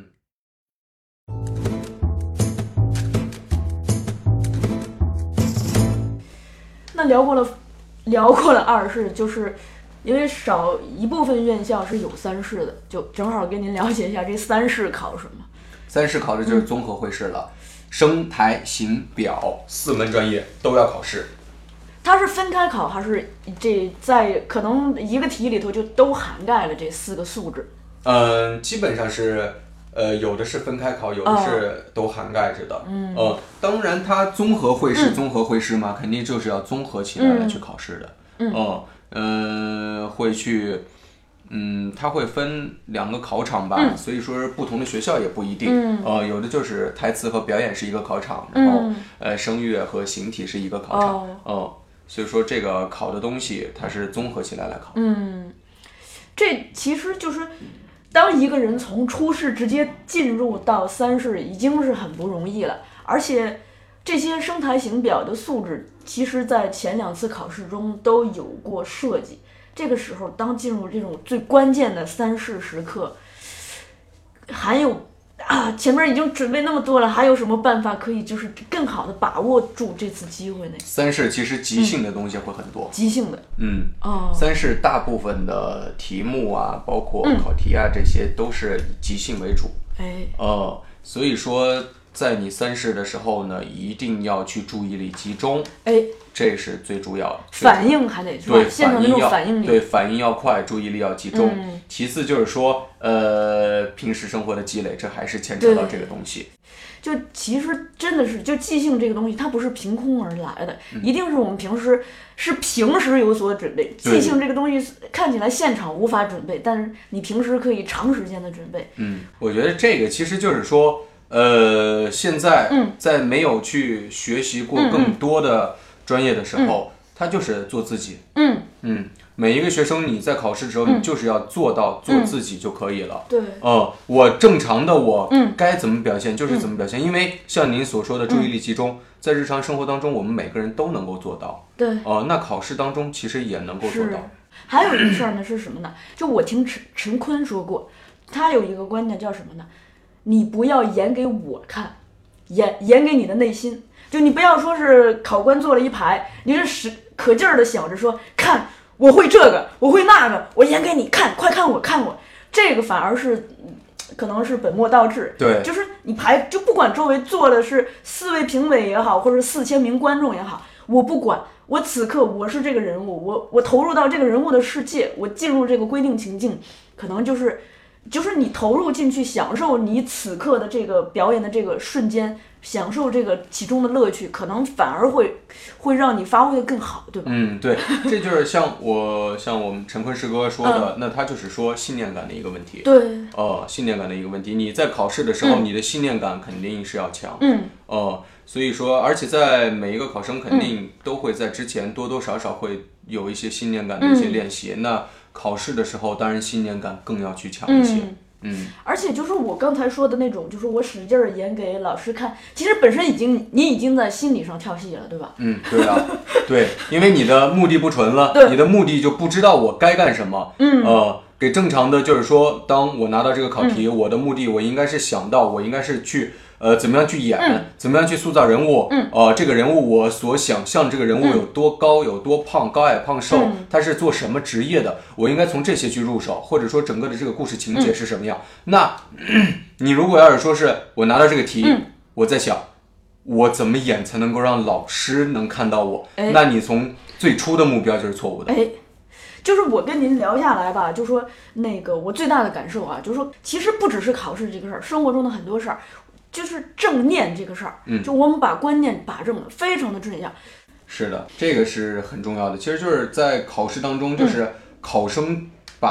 那聊过了，聊过了二试，就是因为少一部分院校是有三试的，就正好跟您了解一下这三试考什么。 三试考的就是综合会试了，嗯、声台形表四门专业都要考试。 它是分开考还是这在可能一个题里头就都涵盖了这四个素质？ 嗯，基本上是。呃，有的是分开考，有的是都涵盖着的。嗯，呃，当然，它综合会试，嗯、综合会试嘛，肯定就是要综合起来来去考试的。嗯，哦、呃，呃，会去，嗯，它会分两个考场吧，嗯、所以说不同的学校也不一定。嗯，呃，有的就是台词和表演是一个考场，然后、嗯、呃，声乐和形体是一个考场。哦、呃，所以说这个考的东西它是综合起来来考。 嗯，这其实就是。当一个人从初试直接进入到三试已经是很不容易了，而且这些声台形表的素质其实在前两次考试中都有过设计。这个时候当进入这种最关键的三试时刻，还有啊前面已经准备那么多了，还有什么办法可以就是更好的把握住这次机会呢？ 三试其实即兴的东西会很多， 嗯、即兴的， 嗯，哦，三试大部分的题目啊，包括考题啊，嗯、这些都是以即兴为主，哎，呃，所以说在你三试的时候呢，一定要去注意力集中，哎，这是最主要的， 反应还得对， 现场那种反应力， 对，反应要快，注意力要集中。嗯、其次就是说，呃，平时生活的积累，这还是牵扯到这个东西。 就其实真的是，就即兴这个东西，它不是凭空而来的，嗯、一定是我们平时是平时有所准备。即兴这个东西看起来现场无法准备，但是你平时可以长时间的准备。 嗯，我觉得这个其实就是说，呃，现在在没有去学习过更多的专业的时候，嗯、他就是做自己。嗯嗯。每一个学生你在考试的时候，你就是要做到做自己就可以了。 对， 呃，我正常的我该怎么表现就是怎么表现，因为像您所说的注意力集中，在日常生活当中我们每个人都能够做到。 对， 呃，那考试当中其实也能够做到。 还有一个事儿呢是什么呢？就我听陈陈坤说过，他有一个观点叫什么呢？你不要演给我看，演演给你的内心。就你不要说是考官坐了一排，你是使可劲儿的想着说看。我会这个，我会那个，我演给你看，快看我，看我，这个反而是，可能是本末倒置。 对， 就是你排，就不管周围坐的是四位评委也好，或者四千名观众也好，我不管，我此刻我是这个人物，我我投入到这个人物的世界，我进入这个规定情境，可能就是，就是你投入进去，享受你此刻的这个表演的这个瞬间。享受这个其中的乐趣，可能反而会会让你发挥的更好，对吧？ 嗯，对，这就是像我像我们陈坤师哥说的，嗯、那他就是说信念感的一个问题。 对， 哦、呃，信念感的一个问题。你在考试的时候，嗯、你的信念感肯定是要强。嗯，哦、呃，所以说，而且在每一个考生肯定都会在之前多多少少会有一些信念感的一些练习。嗯、那考试的时候，当然信念感更要去强一些。嗯嗯，而且就是我刚才说的那种，就是我使劲儿演给老师看，其实本身已经你已经在心理上跳戏了，对吧？ 嗯，对啊，对，因为你的目的不纯了，你的目的就不知道我该干什么。嗯，呃，给正常的就是说，当我拿到这个考题，嗯、我的目的我应该是想到，我应该是去呃怎么样去演，嗯、怎么样去塑造人物。嗯，呃，这个人物我所想象这个人物有多高，有多胖，高矮胖瘦，嗯、他是做什么职业的，我应该从这些去入手，或者说整个的这个故事情节是什么样。嗯、那你如果要是说是我拿到这个题，嗯、我在想我怎么演才能够让老师能看到我，哎、那你从最初的目标就是错误的。 哎，就是我跟您聊下来吧，就说那个我最大的感受啊，就是说其实不只是考试这个事儿，生活中的很多事儿，就是正念这个事儿，嗯，就我们把观念把正了，非常的正向。 是的，这个是很重要的。其实就是在考试当中，就是考生把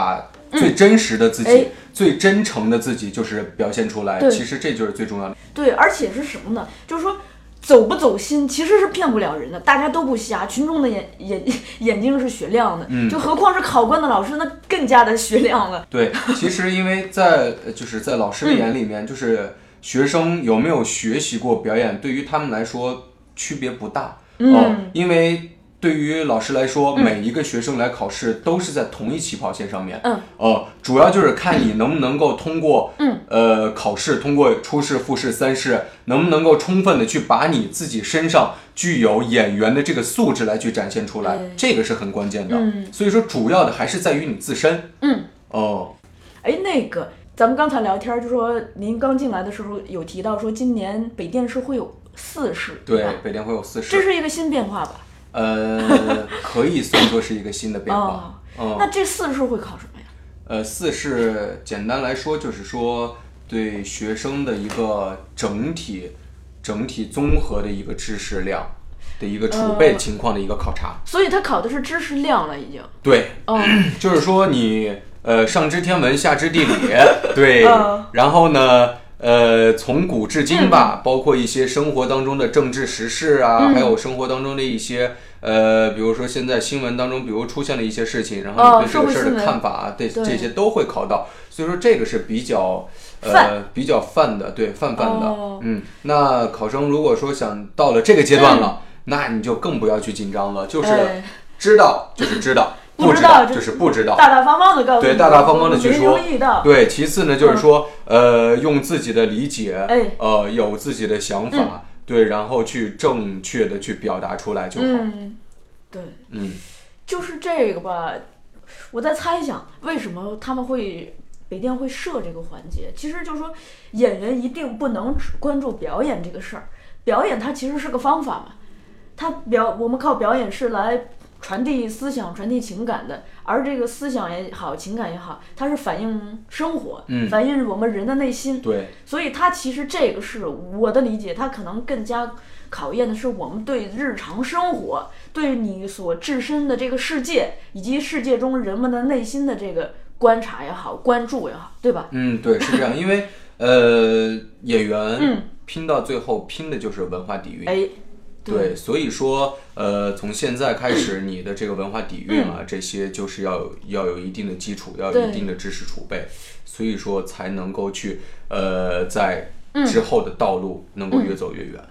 嗯、 最真实的自己、 哎、 最真诚的自己就是表现出来，其实这就是最重要的。 对，而且是什么呢？就是说走不走心其实是骗不了人的，大家都不瞎，群众的眼眼眼睛是雪亮的、嗯、就何况是考官的老师，那更加的雪亮了。 对，其实因为在就是在老师的眼里面、嗯、就是学生有没有学习过表演对于他们来说区别不大、 嗯哦、因为对于老师来说、嗯、每一个学生来考试都是在同一起跑线上面， 嗯， 呃，主要就是看你能不能够通过， 嗯， 呃，考试，通过初试、复试、三试，能不能够充分的去把你自己身上具有演员的这个素质来去展现出来，这个是很关键的。 嗯， 所以说主要的还是在于你自身。 嗯， 哦， 哎，那个咱们刚才聊天就说您刚进来的时候有提到说今年北电是会有四试， 对，北电会有四试， 这是一个新变化吧？ 呃，可以算作是一个新的变化。 哦嗯、 那这四试会考什么呀？ 呃，四试简单来说就是说对学生的一个整体、整体综合的一个知识量的一个储备情况的一个考察。 呃、所以他考的是知识量了，已经。 对， 哦、 就是说你呃上知天文下知地理，对， 哦、 然后呢。呃，从古至今吧、嗯，包括一些生活当中的政治时事啊、嗯，还有生活当中的一些呃，比如说现在新闻当中，比如出现了一些事情，然后你对这个事儿的看法啊，对、哦、这些都会考到，所以说这个是比较呃比较泛的，对泛泛的、哦，嗯，那考生如果说想到了这个阶段了，嗯、那你就更不要去紧张了，就是知道就是知道。不知道就是不知道， 大大方方的告诉你， 对，大大方方的去说。对，其次呢，就是说， 嗯、 呃，用自己的理解， 哎， 呃，有自己的想法，嗯、对，然后去正确的去表达出来就好。 嗯，对， 嗯， 就是这个吧。我在猜想，为什么他们会北电会设这个环节？其实就是说，演员一定不能只关注表演这个事儿，表演它其实是个方法嘛，它表我们靠表演是来。传递思想、传递情感的，而这个思想也好，情感也好，它是反映生活， 嗯， 反映我们人的内心。 对， 所以它其实这个是我的理解，它可能更加考验的是我们对日常生活、对你所置身的这个世界，以及世界中人们的内心的这个观察也好、关注也好，对吧？ 嗯，对，是这样，因为呃，演员拼到最后、嗯、拼的就是文化底蕴。 哎。 对，所以说，呃，从现在开始，你的这个文化底蕴啊，嗯、这些就是要有要有一定的基础，要有一定的知识储备，所以说才能够去，呃，在之后的道路能够越走越远。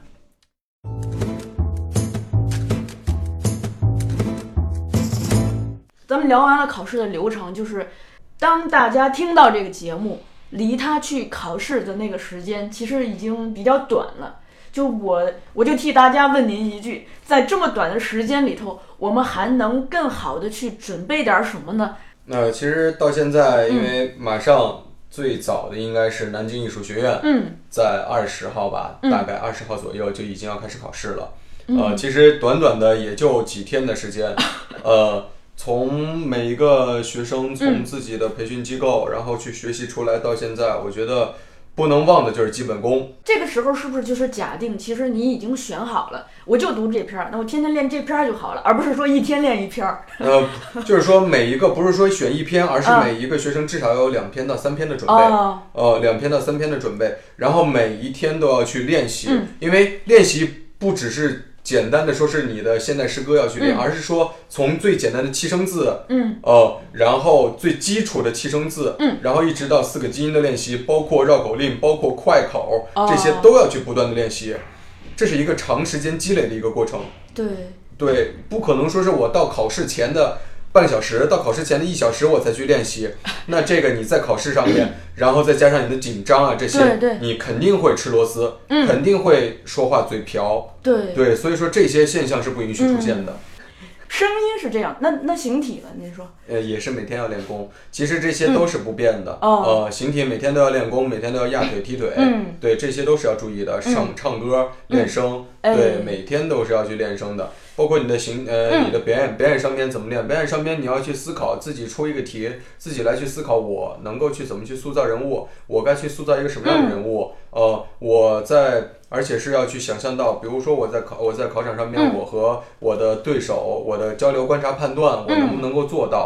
嗯、咱们聊完了考试的流程，就是当大家听到这个节目，离他去考试的那个时间，其实已经比较短了。就我，我就替大家问您一句，在这么短的时间里头，我们还能更好的去准备点什么呢？ 那、呃、其实到现在，因为马上最早的应该是南京艺术学院， 嗯， 在二十号吧，大概二十号左右就已经要开始考试了。 嗯、 呃，其实短短的也就几天的时间，呃，从每一个学生从自己的培训机构，嗯、然后去学习出来到现在，我觉得。不能忘的就是基本功。 这个时候是不是就是假定，其实你已经选好了，我就读这篇，那我天天练这篇就好了，而不是说一天练一篇。 呃，就是说每一个不是说选一篇，而是每一个学生至少要有两篇到三篇的准备。 哦、 呃，两篇到三篇的准备，然后每一天都要去练习， 嗯、 因为练习不只是。简单的说是你的现代诗歌要去练、嗯，而是说从最简单的七声字， 嗯， 呃，然后最基础的七声字， 嗯， 然后一直到四个基因的练习，包括绕口令，包括快口， 哦、 这些都要去不断的练习，这是一个长时间积累的一个过程。 对， 对，不可能说是我到考试前的半小时，到考试前的一小时我才去练习，那这个你在考试上面，然后再加上你的紧张啊这些， 对对， 你肯定会吃螺丝， 嗯， 肯定会说话嘴瓢， 对对，所以说这些现象是不允许出现的。 嗯、声音是这样，那那形体呢？您说？ 呃，也是每天要练功，其实这些都是不变的。 嗯、哦， 呃，形体每天都要练功，每天都要压腿踢腿， 嗯， 对，这些都是要注意的。唱、嗯、唱歌、练声， 嗯、 对、 哎， 每天都是要去练声的。包括你的形呃、 嗯， 你的表演表演上面怎么练？表演上面你要去思考，自己出一个题，自己来去思考，我能够去怎么去塑造人物，我该去塑造一个什么样的人物？ 嗯、 呃，我在，而且是要去想象到，比如说我在考我在考场上面， 嗯、 我和我的对手，我的交流、观察、判断，我能不能够做到？ 嗯、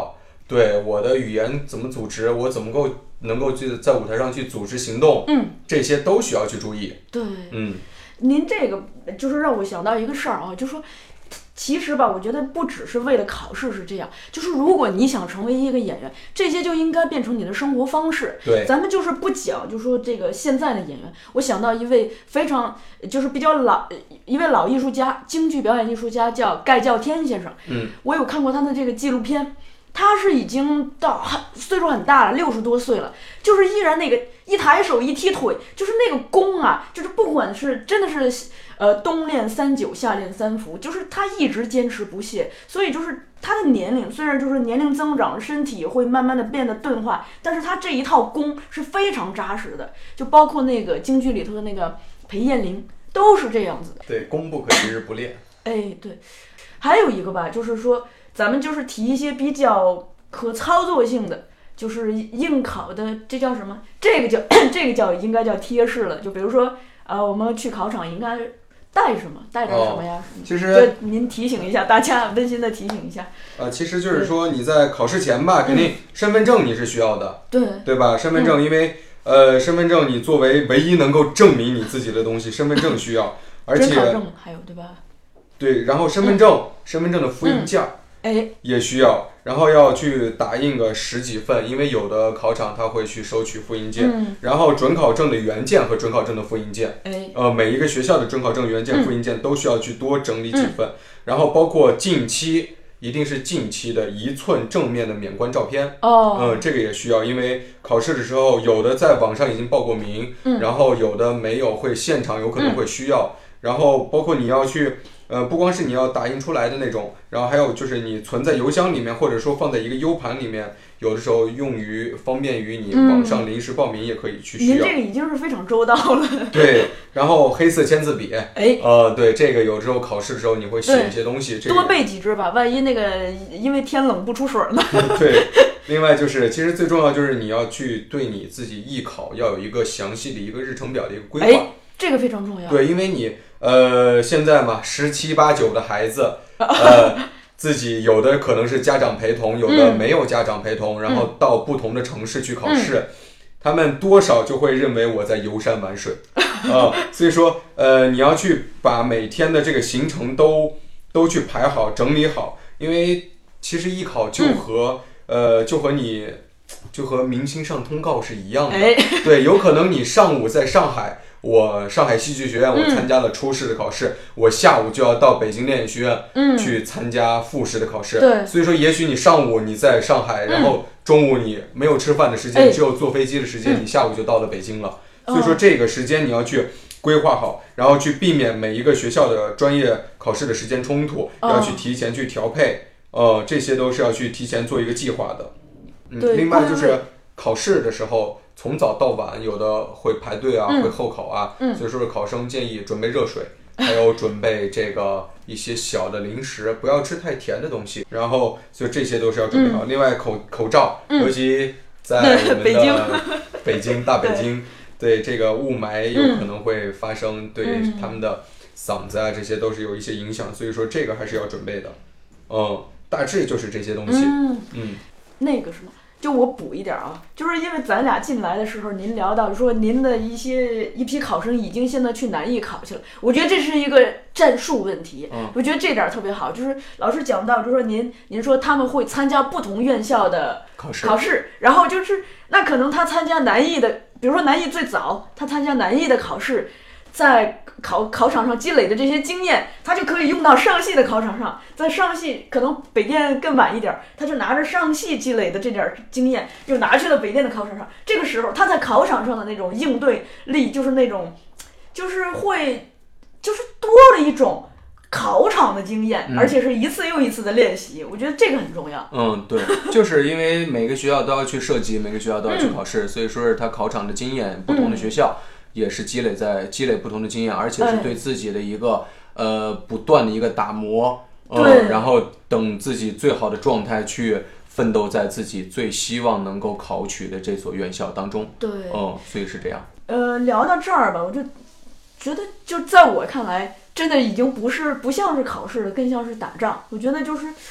对我的语言怎么组织，我怎么够能够去在舞台上去组织行动， 嗯， 这些都需要去注意。 对， 嗯， 您这个就是让我想到一个事儿啊，就说。其实吧，我觉得不只是为了考试是这样，就是如果你想成为一个演员，这些就应该变成你的生活方式。 对， 咱们就是不讲，就说这个现在的演员，我想到一位非常就是比较老一位老艺术家，京剧表演艺术家叫盖叫天先生。 嗯， 我有看过他的这个纪录片。他是已经到岁数很大了，六十多岁了，就是依然那个一抬手一踢腿，就是那个功啊，就是不管是真的是呃冬练三九夏练三伏，就是他一直坚持不懈。所以就是他的年龄虽然就是年龄增长，身体会慢慢的变得钝化，但是他这一套功是非常扎实的，就包括那个京剧里头的那个裴艳玲都是这样子的。 对，功不可一日不练。 哎，对，还有一个吧，就是说。咱们就是提一些比较可操作性的，就是应考的，这叫什么？这个叫这个叫应该叫贴士了。就比如说，呃，我们去考场应该带什么？带着什么呀？ 哦、其实， 就您提醒一下大家，温馨的提醒一下。 呃，其实就是说你在考试前吧，肯定身份证你是需要的， 对对吧？身份证，因为、嗯、呃，身份证你作为唯一能够证明你自己的东西，身份证需要，而且准考证还有对吧？ 对，然后身份证，嗯、身份证的复印件。嗯哎， 也需要，然后要去打印个十几份，因为有的考场他会去收取复印件， 嗯、 然后准考证的原件和准考证的复印件， 哎， 呃，每一个学校的准考证原件、复印件都需要去多整理几份，嗯、然后包括近期一定是近期的一寸正面的免冠照片， 哦， 嗯，这个也需要，因为考试的时候有的在网上已经报过名， 嗯、 然后有的没有，会现场有可能会需要，嗯、然后包括你要去。呃，不光是你要打印出来的那种，然后还有就是你存在邮箱里面，或者说放在一个 U 盘里面，有的时候用于方便于你网上临时报名也可以去需要。 您这个已经是非常周到了。 对，然后黑色签字笔， 哎， 呃，对，这个有时候考试的时候你会写一些东西，这个、 多备几支吧，万一那个因为天冷不出水呢。 对，另外就是其实最重要就是你要去对你自己艺考要有一个详细的一个日程表的一个规划。 哎，这个非常重要。 对，因为你。呃，现在嘛，十七八九的孩子，呃，自己有的可能是家长陪同，有的没有家长陪同，嗯、然后到不同的城市去考试，嗯、他们多少就会认为我在游山玩水，啊、呃，所以说，呃，你要去把每天的这个行程都都去排好、整理好，因为其实艺考就和、嗯、呃，就和你就和明星上通告是一样的， 哎、 对，有可能你上午在上海。我上海戏剧学院，我参加了初试的考试，嗯、我下午就要到北京电影学院去参加复试的考试。 对、嗯， 所以说，也许你上午你在上海，然后中午你没有吃饭的时间， 嗯、 只有坐飞机的时间， 嗯、 你下午就到了北京了。嗯、所以说，这个时间你要去规划好，然后去避免每一个学校的专业考试的时间冲突， 嗯、 要去提前去调配。呃，这些都是要去提前做一个计划的。嗯，另外就是考试的时候。从早到晚，有的会排队啊， 嗯、 会候考啊， 嗯、 所以说考生建议准备热水，还有准备这个一些小的零食，不要吃太甜的东西。然后，所以这些都是要准备好。 嗯、 另外口口罩， 嗯、 尤其在我们的北京、 北京大北京，对, 对这个雾霾有可能会发生， 嗯、 对他们的嗓子啊，这些都是有一些影响。所以说这个还是要准备的。嗯，大致就是这些东西。 嗯， 嗯那个什么。就我补一点啊，就是因为咱俩进来的时候，您聊到说您的一些一批考生已经现在去南艺考去了，我觉得这是一个战术问题。 嗯， 我觉得这点特别好，就是老师讲到，就是说您您说他们会参加不同院校的考试， 考试，然后就是那可能他参加南艺的，比如说南艺最早他参加南艺的考试，在考考场上积累的这些经验，他就可以用到上戏的考场上。在上戏可能北电更晚一点，他就拿着上戏积累的这点经验，又拿去了北电的考场上。这个时候他在考场上的那种应对力，就是那种，就是会，就是多了一种考场的经验， 嗯、 而且是一次又一次的练习。我觉得这个很重要。 嗯，对，就是因为每个学校都要去设计，每个学校都要去考试，嗯、所以说是他考场的经验，不同的学校。嗯也是积累在积累不同的经验，而且是对自己的一个、哎、呃不断的一个打磨，呃，然后等自己最好的状态去奋斗在自己最希望能够考取的这所院校当中。 对， 嗯，所以是这样。 呃，聊到这儿吧，我就觉得，就在我看来，真的已经不是不像是考试了，更像是打仗。我觉得就是。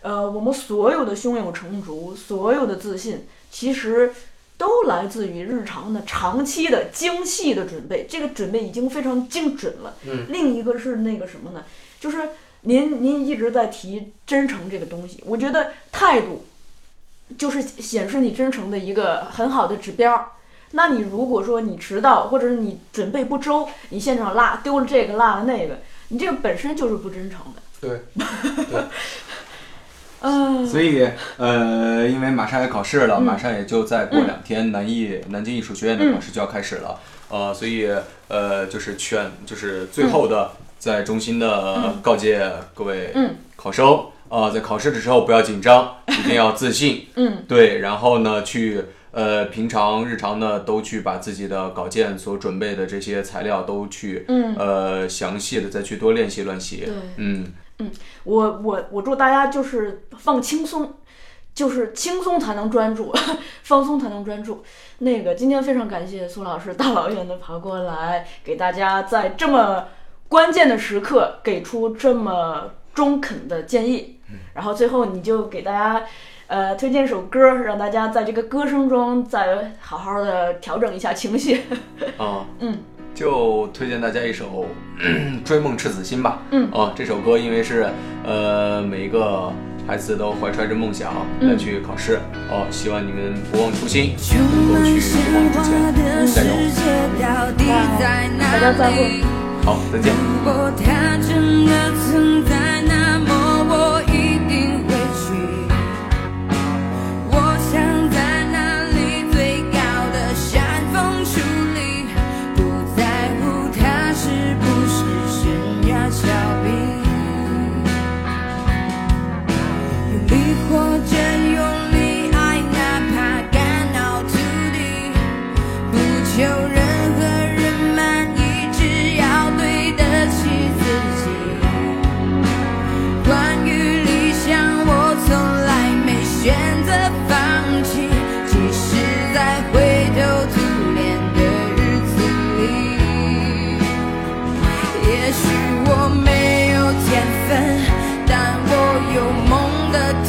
呃，我们所有的胸有成竹，所有的自信，其实都来自于日常的长期的精细的准备。这个准备已经非常精准了。 嗯。 另一个是那个什么呢？就是您您一直在提真诚这个东西，我觉得态度就是显示你真诚的一个很好的指标。那你如果说你迟到，或者是你准备不周，你现场落丢了这个落了那个，你这个本身就是不真诚的。 对。对。 嗯， 所以呃，因为马上要考试了， 嗯、 马上也就再过两天，嗯、南艺南京艺术学院的考试就要开始了。嗯、呃，所以呃，就是劝，就是最后的，在衷心的告诫各位考生，啊、嗯呃，在考试的时候不要紧张，一定要自信。 嗯， 对，然后呢，去呃，平常日常呢，都去把自己的稿件所准备的这些材料都去， 嗯， 呃，详细的再去多练习练习。 对， 嗯。 嗯，我我我祝大家就是放轻松，就是轻松才能专注，放松才能专注。那个今天非常感谢苏老师大老远的跑过来，给大家在这么关键的时刻给出这么中肯的建议。然后最后你就给大家呃推荐一首歌，让大家在这个歌声中再好好的调整一下情绪。 啊， 嗯。 就推荐大家一首《追梦赤子心》吧。 嗯， 哦，这首歌因为是呃每一个孩子都怀揣着梦想来去考试。嗯、哦，希望你们不忘初心，能够去不忘之前，嗯、加油！ 那大家再会。 好，再见。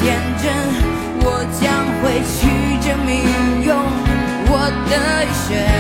去证明用我的一生。